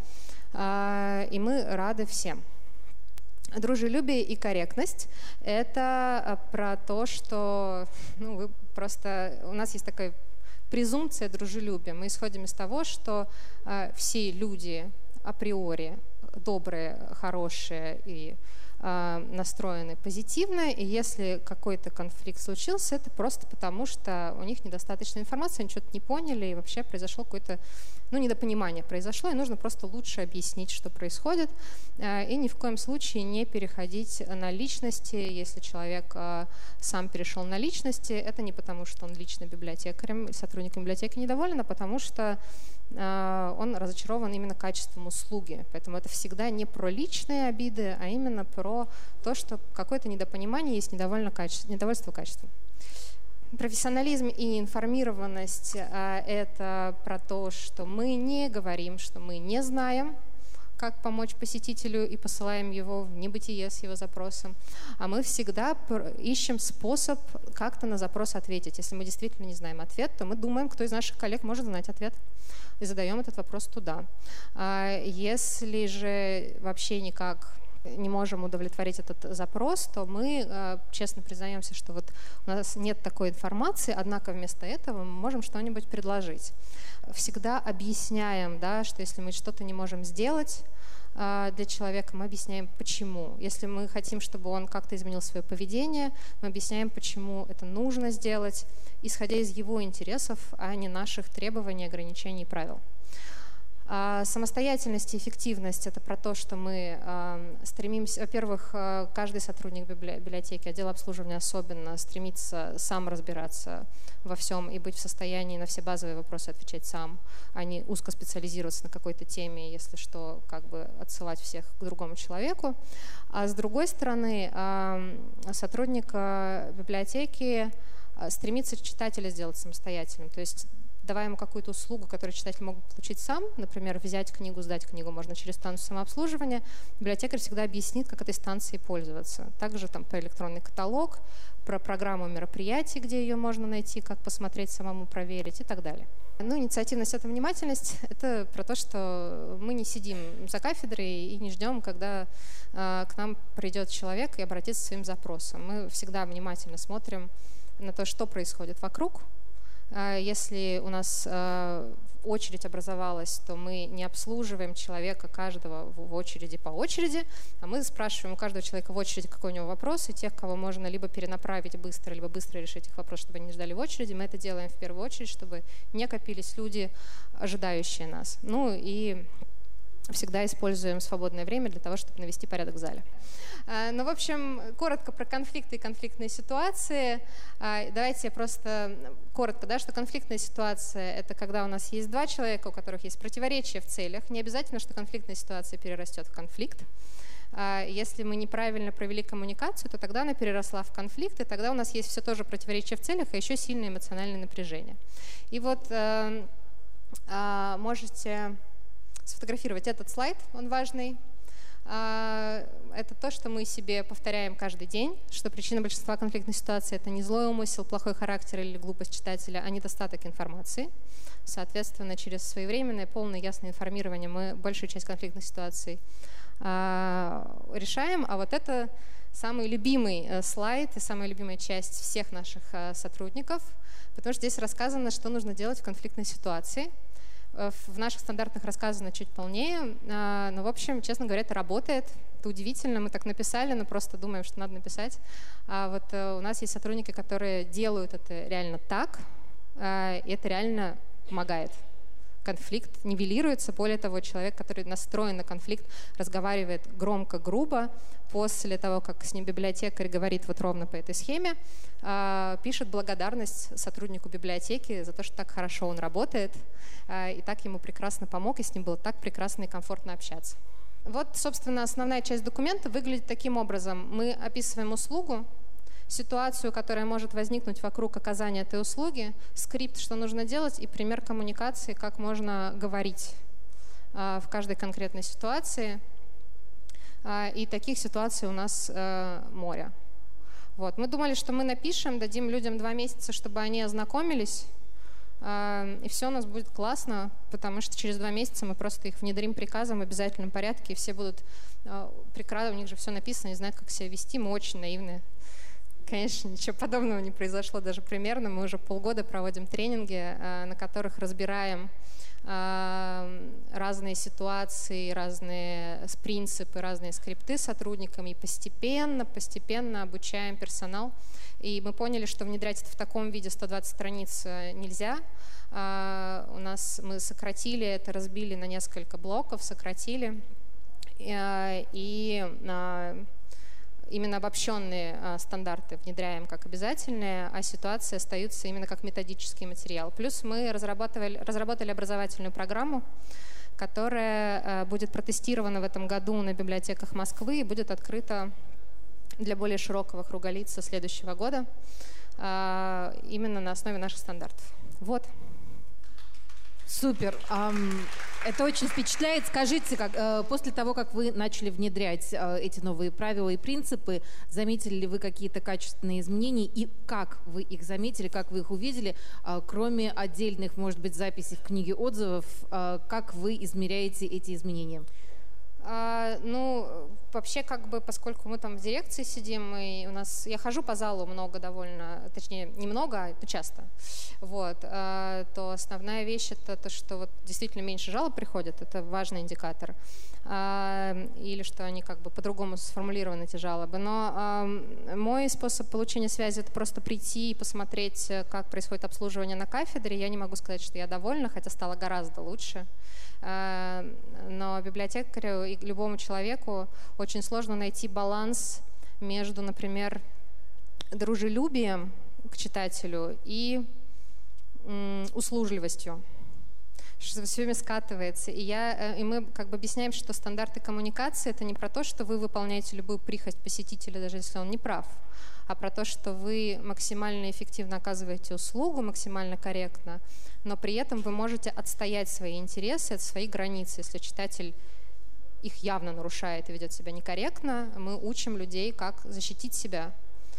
И мы рады всем. Дружелюбие и корректность – это про то, что ну, вы просто… У нас есть такая презумпция дружелюбия. Мы исходим из того, что все люди априори добрые, хорошие и настроены позитивно, и если какой-то конфликт случился, это просто потому, что у них недостаточно информации, они что-то не поняли, и вообще произошло какое-то, ну, недопонимание произошло, и нужно просто лучше объяснить, что происходит, и ни в коем случае не переходить на личности. Если человек сам перешел на личности, это не потому, что он лично библиотекарем, сотрудником библиотеки недоволен, а потому что он разочарован именно качеством услуги. Поэтому это всегда не про личные обиды, а именно про то, что какое-то недопонимание есть, недовольство качеством. Профессионализм и информированность – это про то, что мы не говорим, что мы не знаем, как помочь посетителю, и посылаем его в небытие с его запросом. А мы всегда ищем способ как-то на запрос ответить. Если мы действительно не знаем ответ, то мы думаем, кто из наших коллег может знать ответ, и задаем этот вопрос туда. Если же вообще никак не можем удовлетворить этот запрос, то мы честно признаемся, что вот у нас нет такой информации, однако вместо этого мы можем что-нибудь предложить. Всегда объясняем, да, что если мы что-то не можем сделать для человека, мы объясняем, почему. Если мы хотим, чтобы он как-то изменил свое поведение, мы объясняем, почему это нужно сделать, исходя из его интересов, а не наших требований, ограничений и правил. Самостоятельность и эффективность – это про то, что мы стремимся, во-первых, каждый сотрудник библиотеки, отдела обслуживания особенно, стремится сам разбираться во всем и быть в состоянии на все базовые вопросы отвечать сам, а не узко специализироваться на какой-то теме, если что, как бы отсылать всех к другому человеку. А с другой стороны, сотрудник библиотеки стремится читателя сделать самостоятельным, то есть давая ему какую-то услугу, которую читатель мог бы получить сам, например, взять книгу, сдать книгу можно через станцию самообслуживания, библиотекарь всегда объяснит, как этой станцией пользоваться. Также там про электронный каталог, про программу мероприятий, где ее можно найти, как посмотреть, самому проверить и так далее. Ну, инициативность – это внимательность, это про то, что мы не сидим за кафедрой и не ждем, когда э, к нам придет человек и обратится со своим запросом. Мы всегда внимательно смотрим на то, что происходит вокруг. Если у нас очередь образовалась, то мы не обслуживаем человека каждого в очереди по очереди, а мы спрашиваем у каждого человека в очереди, какой у него вопрос, и тех, кого можно либо перенаправить быстро, либо быстро решить их вопрос, чтобы они не ждали в очереди. Мы это делаем в первую очередь, чтобы не копились люди, ожидающие нас. Ну и всегда используем свободное время для того, чтобы навести порядок в зале. Ну, в общем, коротко про конфликты и конфликтные ситуации. Давайте просто коротко, да, что конфликтная ситуация – это когда у нас есть два человека, у которых есть противоречия в целях. Не обязательно, что конфликтная ситуация перерастет в конфликт. Если мы неправильно провели коммуникацию, то тогда она переросла в конфликт, и тогда у нас есть все тоже противоречия в целях, а еще сильное эмоциональное напряжение. И вот э, э, можете сфотографировать этот слайд, он важный. Это то, что мы себе повторяем каждый день, что причина большинства конфликтных ситуаций – это не злой умысел, плохой характер или глупость читателя, а недостаток информации. Соответственно, через своевременное, полное, ясное информирование мы большую часть конфликтных ситуаций решаем, а вот это самый любимый слайд и самая любимая часть всех наших сотрудников, потому что здесь рассказано, что нужно делать в конфликтной ситуации. В наших стандартах рассказано чуть полнее, но, в общем, честно говоря, это работает. Это удивительно, мы так написали, но просто думаем, что надо написать. А вот у нас есть сотрудники, которые делают это реально так, и это реально помогает. Конфликт нивелируется. Более того, человек, который настроен на конфликт, разговаривает громко, грубо. После того, как с ним библиотекарь говорит вот ровно по этой схеме, пишет благодарность сотруднику библиотеки за то, что так хорошо он работает, и так ему прекрасно помог, и с ним было так прекрасно и комфортно общаться. Вот, собственно, основная часть документа выглядит таким образом. Мы описываем услугу, ситуацию, которая может возникнуть вокруг оказания этой услуги, скрипт, что нужно делать, и пример коммуникации, как можно говорить э, в каждой конкретной ситуации. Э, и таких ситуаций у нас э, море. Вот. Мы думали, что мы напишем, дадим людям два месяца, чтобы они ознакомились, э, и все у нас будет классно, потому что через два месяца мы просто их внедрим приказом в обязательном порядке, и все будут э, прекрасно, у них же все написано, не знают, как себя вести, мы очень наивные. Конечно, ничего подобного не произошло даже примерно. Мы уже полгода проводим тренинги, на которых разбираем разные ситуации, разные принципы, разные скрипты с сотрудниками и постепенно, постепенно обучаем персонал. И мы поняли, что внедрять это в таком виде сто двадцать страниц нельзя. У нас мы сократили это, разбили на несколько блоков, сократили. И именно обобщенные а, стандарты внедряем как обязательные, а ситуации остаются именно как методический материал. Плюс мы разработали, разработали образовательную программу, которая а, будет протестирована в этом году на библиотеках Москвы и будет открыта для более широкого круга лиц со следующего года, а, именно на основе наших стандартов. Вот. Супер. Это очень впечатляет. Скажите, как, после того, как вы начали внедрять эти новые правила и принципы, заметили ли вы какие-то качественные изменения и как вы их заметили, как вы их увидели, кроме отдельных, может быть, записей в книге отзывов, как вы измеряете эти изменения? А, ну, вообще, как бы, поскольку мы там в дирекции сидим, и у нас, я хожу по залу много довольно, точнее, немного, а часто, вот, а, то основная вещь это то, что вот действительно меньше жалоб приходит, это важный индикатор, а, или что они как бы по-другому сформулированы, эти жалобы. Но а, мой способ получения связи — это просто прийти и посмотреть, как происходит обслуживание на кафедре. Я не могу сказать, что я довольна, хотя стало гораздо лучше. Но библиотекарю и любому человеку очень сложно найти баланс между, например, дружелюбием к читателю и услужливостью. Что все время скатывается. И, я, и мы как бы объясняем, что стандарты коммуникации — это не про то, что вы выполняете любую прихоть посетителя, даже если он не прав, а про то, что вы максимально эффективно оказываете услугу, максимально корректно, но при этом вы можете отстоять свои интересы, свои границы. Если читатель их явно нарушает и ведет себя некорректно, мы учим людей, как защитить себя.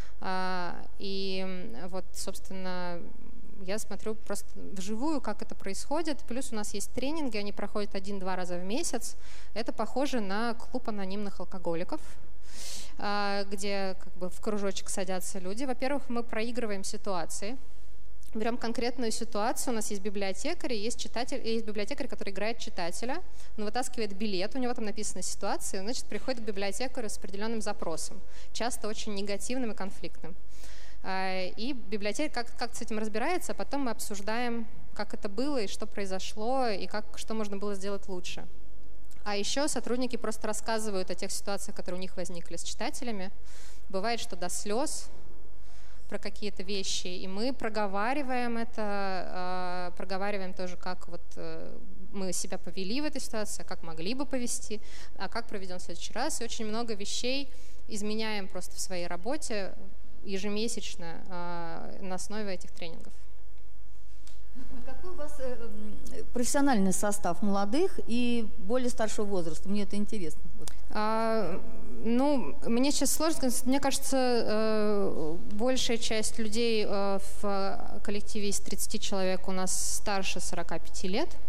И вот, собственно, я смотрю просто вживую, как это происходит. Плюс у нас есть тренинги, они проходят один-два раза в месяц. Это похоже на клуб анонимных алкоголиков, где как бы в кружочек садятся люди. Во-первых, мы проигрываем ситуации. Берем конкретную ситуацию, у нас есть библиотекарь, есть читатель, есть библиотекарь, который играет читателя, он вытаскивает билет, у него там написана ситуация, значит, приходит к библиотекарю с определенным запросом, часто очень негативным и конфликтным. И библиотекарь как, как с этим разбирается, а потом мы обсуждаем, как это было и что произошло, и как, что можно было сделать лучше. А еще сотрудники просто рассказывают о тех ситуациях, которые у них возникли с читателями. Бывает, что до слез про какие-то вещи, и мы проговариваем это, проговариваем тоже, как вот мы себя повели в этой ситуации, как могли бы повести, а как проведем в следующий раз. И очень много вещей изменяем просто в своей работе ежемесячно на основе этих тренингов. Какой у вас профессиональный состав молодых и более старшего возраста? Мне это интересно. А, ну, мне сейчас сложно сказать. Мне кажется, большая часть людей в коллективе из тридцати человек у нас старше сорока пяти лет.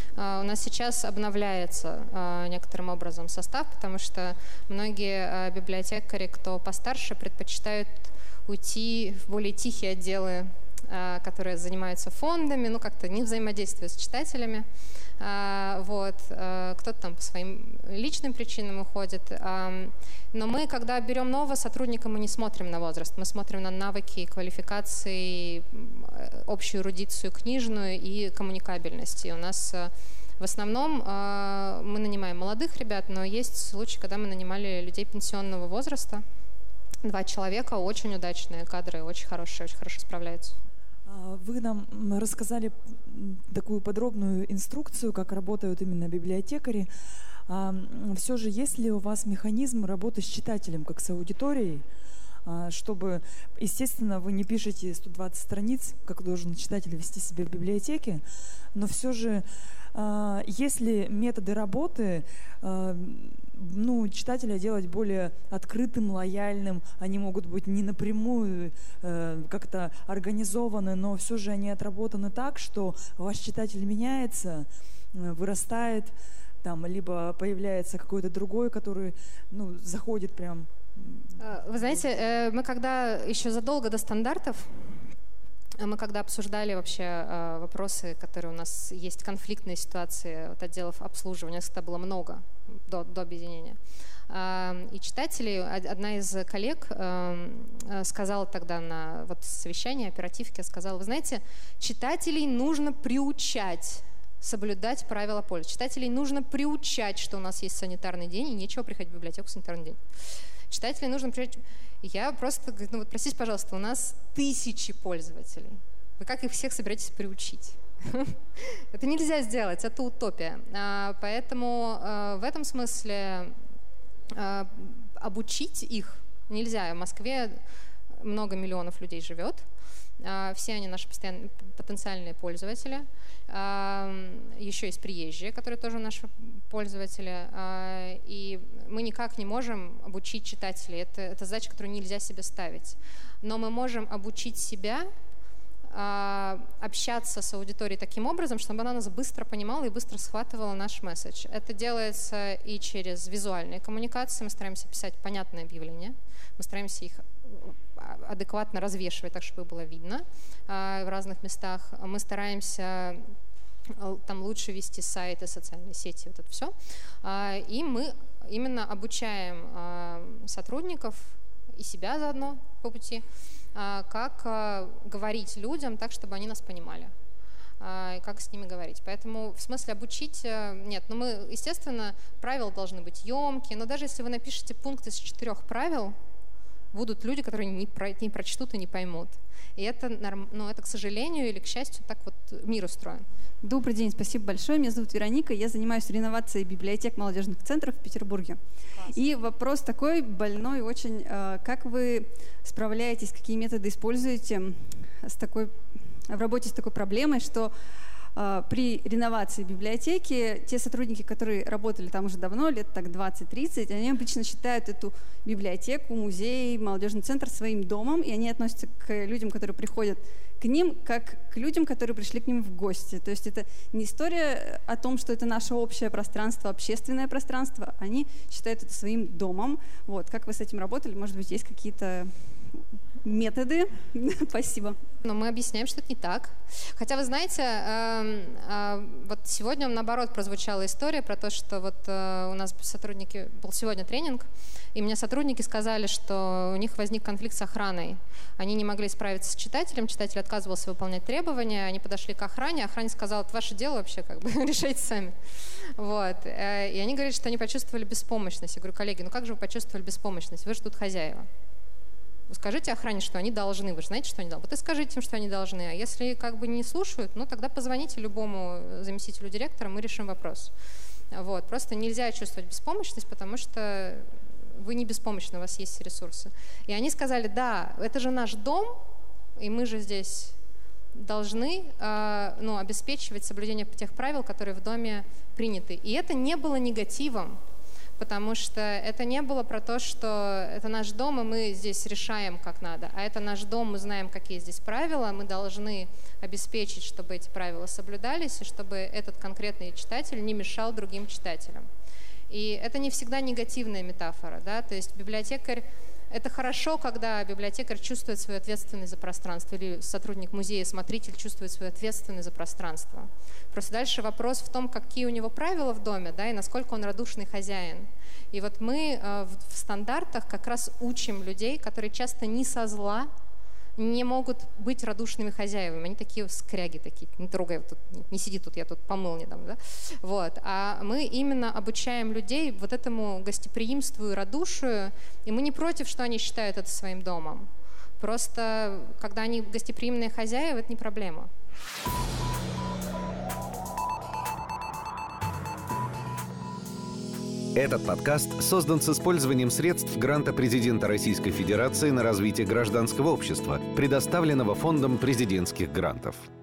У нас сейчас обновляется некоторым образом состав, потому что многие библиотекари, кто постарше, предпочитают уйти в более тихие отделы, которые занимаются фондами, ну как-то не взаимодействуют с читателями. Вот. Кто-то там по своим личным причинам уходит. Но мы, когда берем нового сотрудника, мы не смотрим на возраст, мы смотрим на навыки, квалификации, общую эрудицию книжную и коммуникабельность. И у нас в основном мы нанимаем молодых ребят, но есть случаи, когда мы нанимали людей пенсионного возраста. Два человека, очень удачные кадры, очень хорошие, очень хорошо справляются. Вы нам рассказали такую подробную инструкцию, как работают именно библиотекари. Все же, есть ли у вас механизм работы с читателем, как с аудиторией, чтобы, естественно, вы не пишете сто двадцать страниц, как должен читатель вести себя в библиотеке, но все же, есть ли методы работы, ну, читателя делать более открытым, лояльным, они могут быть не напрямую э, как-то организованы, но все же они отработаны так, что ваш читатель меняется, э, вырастает, там, либо появляется какой-то другой, который, ну, заходит прям. Вы знаете, мы когда еще задолго до стандартов, мы когда обсуждали вообще вопросы, которые у нас есть, конфликтные ситуации от отделов обслуживания, у нас тогда было много до, до объединения. И читатели, одна из коллег сказала тогда на вот совещании, оперативке, сказала: вы знаете, читателей нужно приучать соблюдать правила пользы. Читателей нужно приучать, что у нас есть санитарный день, и нечего приходить в библиотеку в санитарный день. Читателей нужно приучать. Я просто говорю: ну вот простите, пожалуйста, у нас тысячи пользователей. Вы как их всех собираетесь приучить? Это нельзя сделать, это утопия. Поэтому в этом смысле обучить их нельзя. В Москве много миллионов людей живет. Все они наши постоянные потенциальные пользователи. Еще есть приезжие, которые тоже наши пользователи. И мы никак не можем обучить читателей. Это, это задача, которую нельзя себе ставить. Но мы можем обучить себя общаться с аудиторией таким образом, чтобы она нас быстро понимала и быстро схватывала наш месседж. Это делается и через визуальные коммуникации. Мы стараемся писать понятные объявления. Мы стараемся их адекватно развешивать, так, чтобы было видно в разных местах. Мы стараемся там лучше вести сайты, социальные сети, вот это все. И мы именно обучаем сотрудников и себя заодно по пути, как говорить людям так, чтобы они нас понимали, и как с ними говорить. Поэтому в смысле обучить нет. Но мы, естественно, правила должны быть емкие, но даже если вы напишете пункт из четырех правил, будут люди, которые не, про, не прочтут и не поймут. И это, ну, это, к сожалению или к счастью, так вот мир устроен. Добрый день, спасибо большое. Меня зовут Вероника, я занимаюсь реновацией библиотек молодежных центров в Петербурге. Класс. И вопрос такой больной очень. Как вы справляетесь, какие методы используете с такой, в работе с такой проблемой, что при реновации библиотеки те сотрудники, которые работали там уже давно, лет так двадцать-тридцать, они обычно считают эту библиотеку, музей, молодежный центр своим домом, и они относятся к людям, которые приходят к ним, как к людям, которые пришли к ним в гости. То есть это не история о том, что это наше общее пространство, общественное пространство, они считают это своим домом. Вот. Как вы с этим работали? Может быть, есть какие-то методы? Спасибо. Но мы объясняем, что это не так. Хотя, вы знаете, э, э, вот сегодня, наоборот, прозвучала история про то, что вот э, у нас сотрудники, был сегодня тренинг, и мне сотрудники сказали, что у них возник конфликт с охраной. Они не могли справиться с читателем, читатель отказывался выполнять требования, они подошли к охране, охране сказала: это ваше дело вообще, как бы, решайте сами. Вот. И они говорят, что они почувствовали беспомощность. Я говорю: коллеги, ну как же вы почувствовали беспомощность? Вы же тут хозяева. Вы скажите охране, что они должны. Вы же знаете, что они должны. Вот и скажите им, что они должны. А если как бы не слушают, ну тогда позвоните любому заместителю директора, мы решим вопрос. Вот. Просто нельзя чувствовать беспомощность, потому что вы не беспомощны, у вас есть ресурсы. И они сказали: да, это же наш дом, и мы же здесь должны э, ну, обеспечивать соблюдение тех правил, которые в доме приняты. И это не было негативом. потому что это не было про то, что это наш дом, и мы здесь решаем, как надо, а это наш дом, мы знаем, какие здесь правила, мы должны обеспечить, чтобы эти правила соблюдались, и чтобы этот конкретный читатель не мешал другим читателям. И это не всегда негативная метафора, да, то есть библиотекарь, это хорошо, когда библиотекарь чувствует свою ответственность за пространство, или сотрудник музея, смотритель чувствует свою ответственность за пространство. Просто дальше вопрос в том, какие у него правила в доме, да, и насколько он радушный хозяин. И вот мы э, в, в стандартах как раз учим людей, которые часто не со зла, не могут быть радушными хозяевами. Они такие скряги такие, не трогай, тут, не сиди тут, я тут помыл недавно. Да? Вот. А мы именно обучаем людей вот этому гостеприимству и радушию, и мы не против, что они считают это своим домом. Просто, когда они гостеприимные хозяева, это не проблема. Этот подкаст создан с использованием средств гранта президента Российской Федерации на развитие гражданского общества, предоставленного Фондом президентских грантов.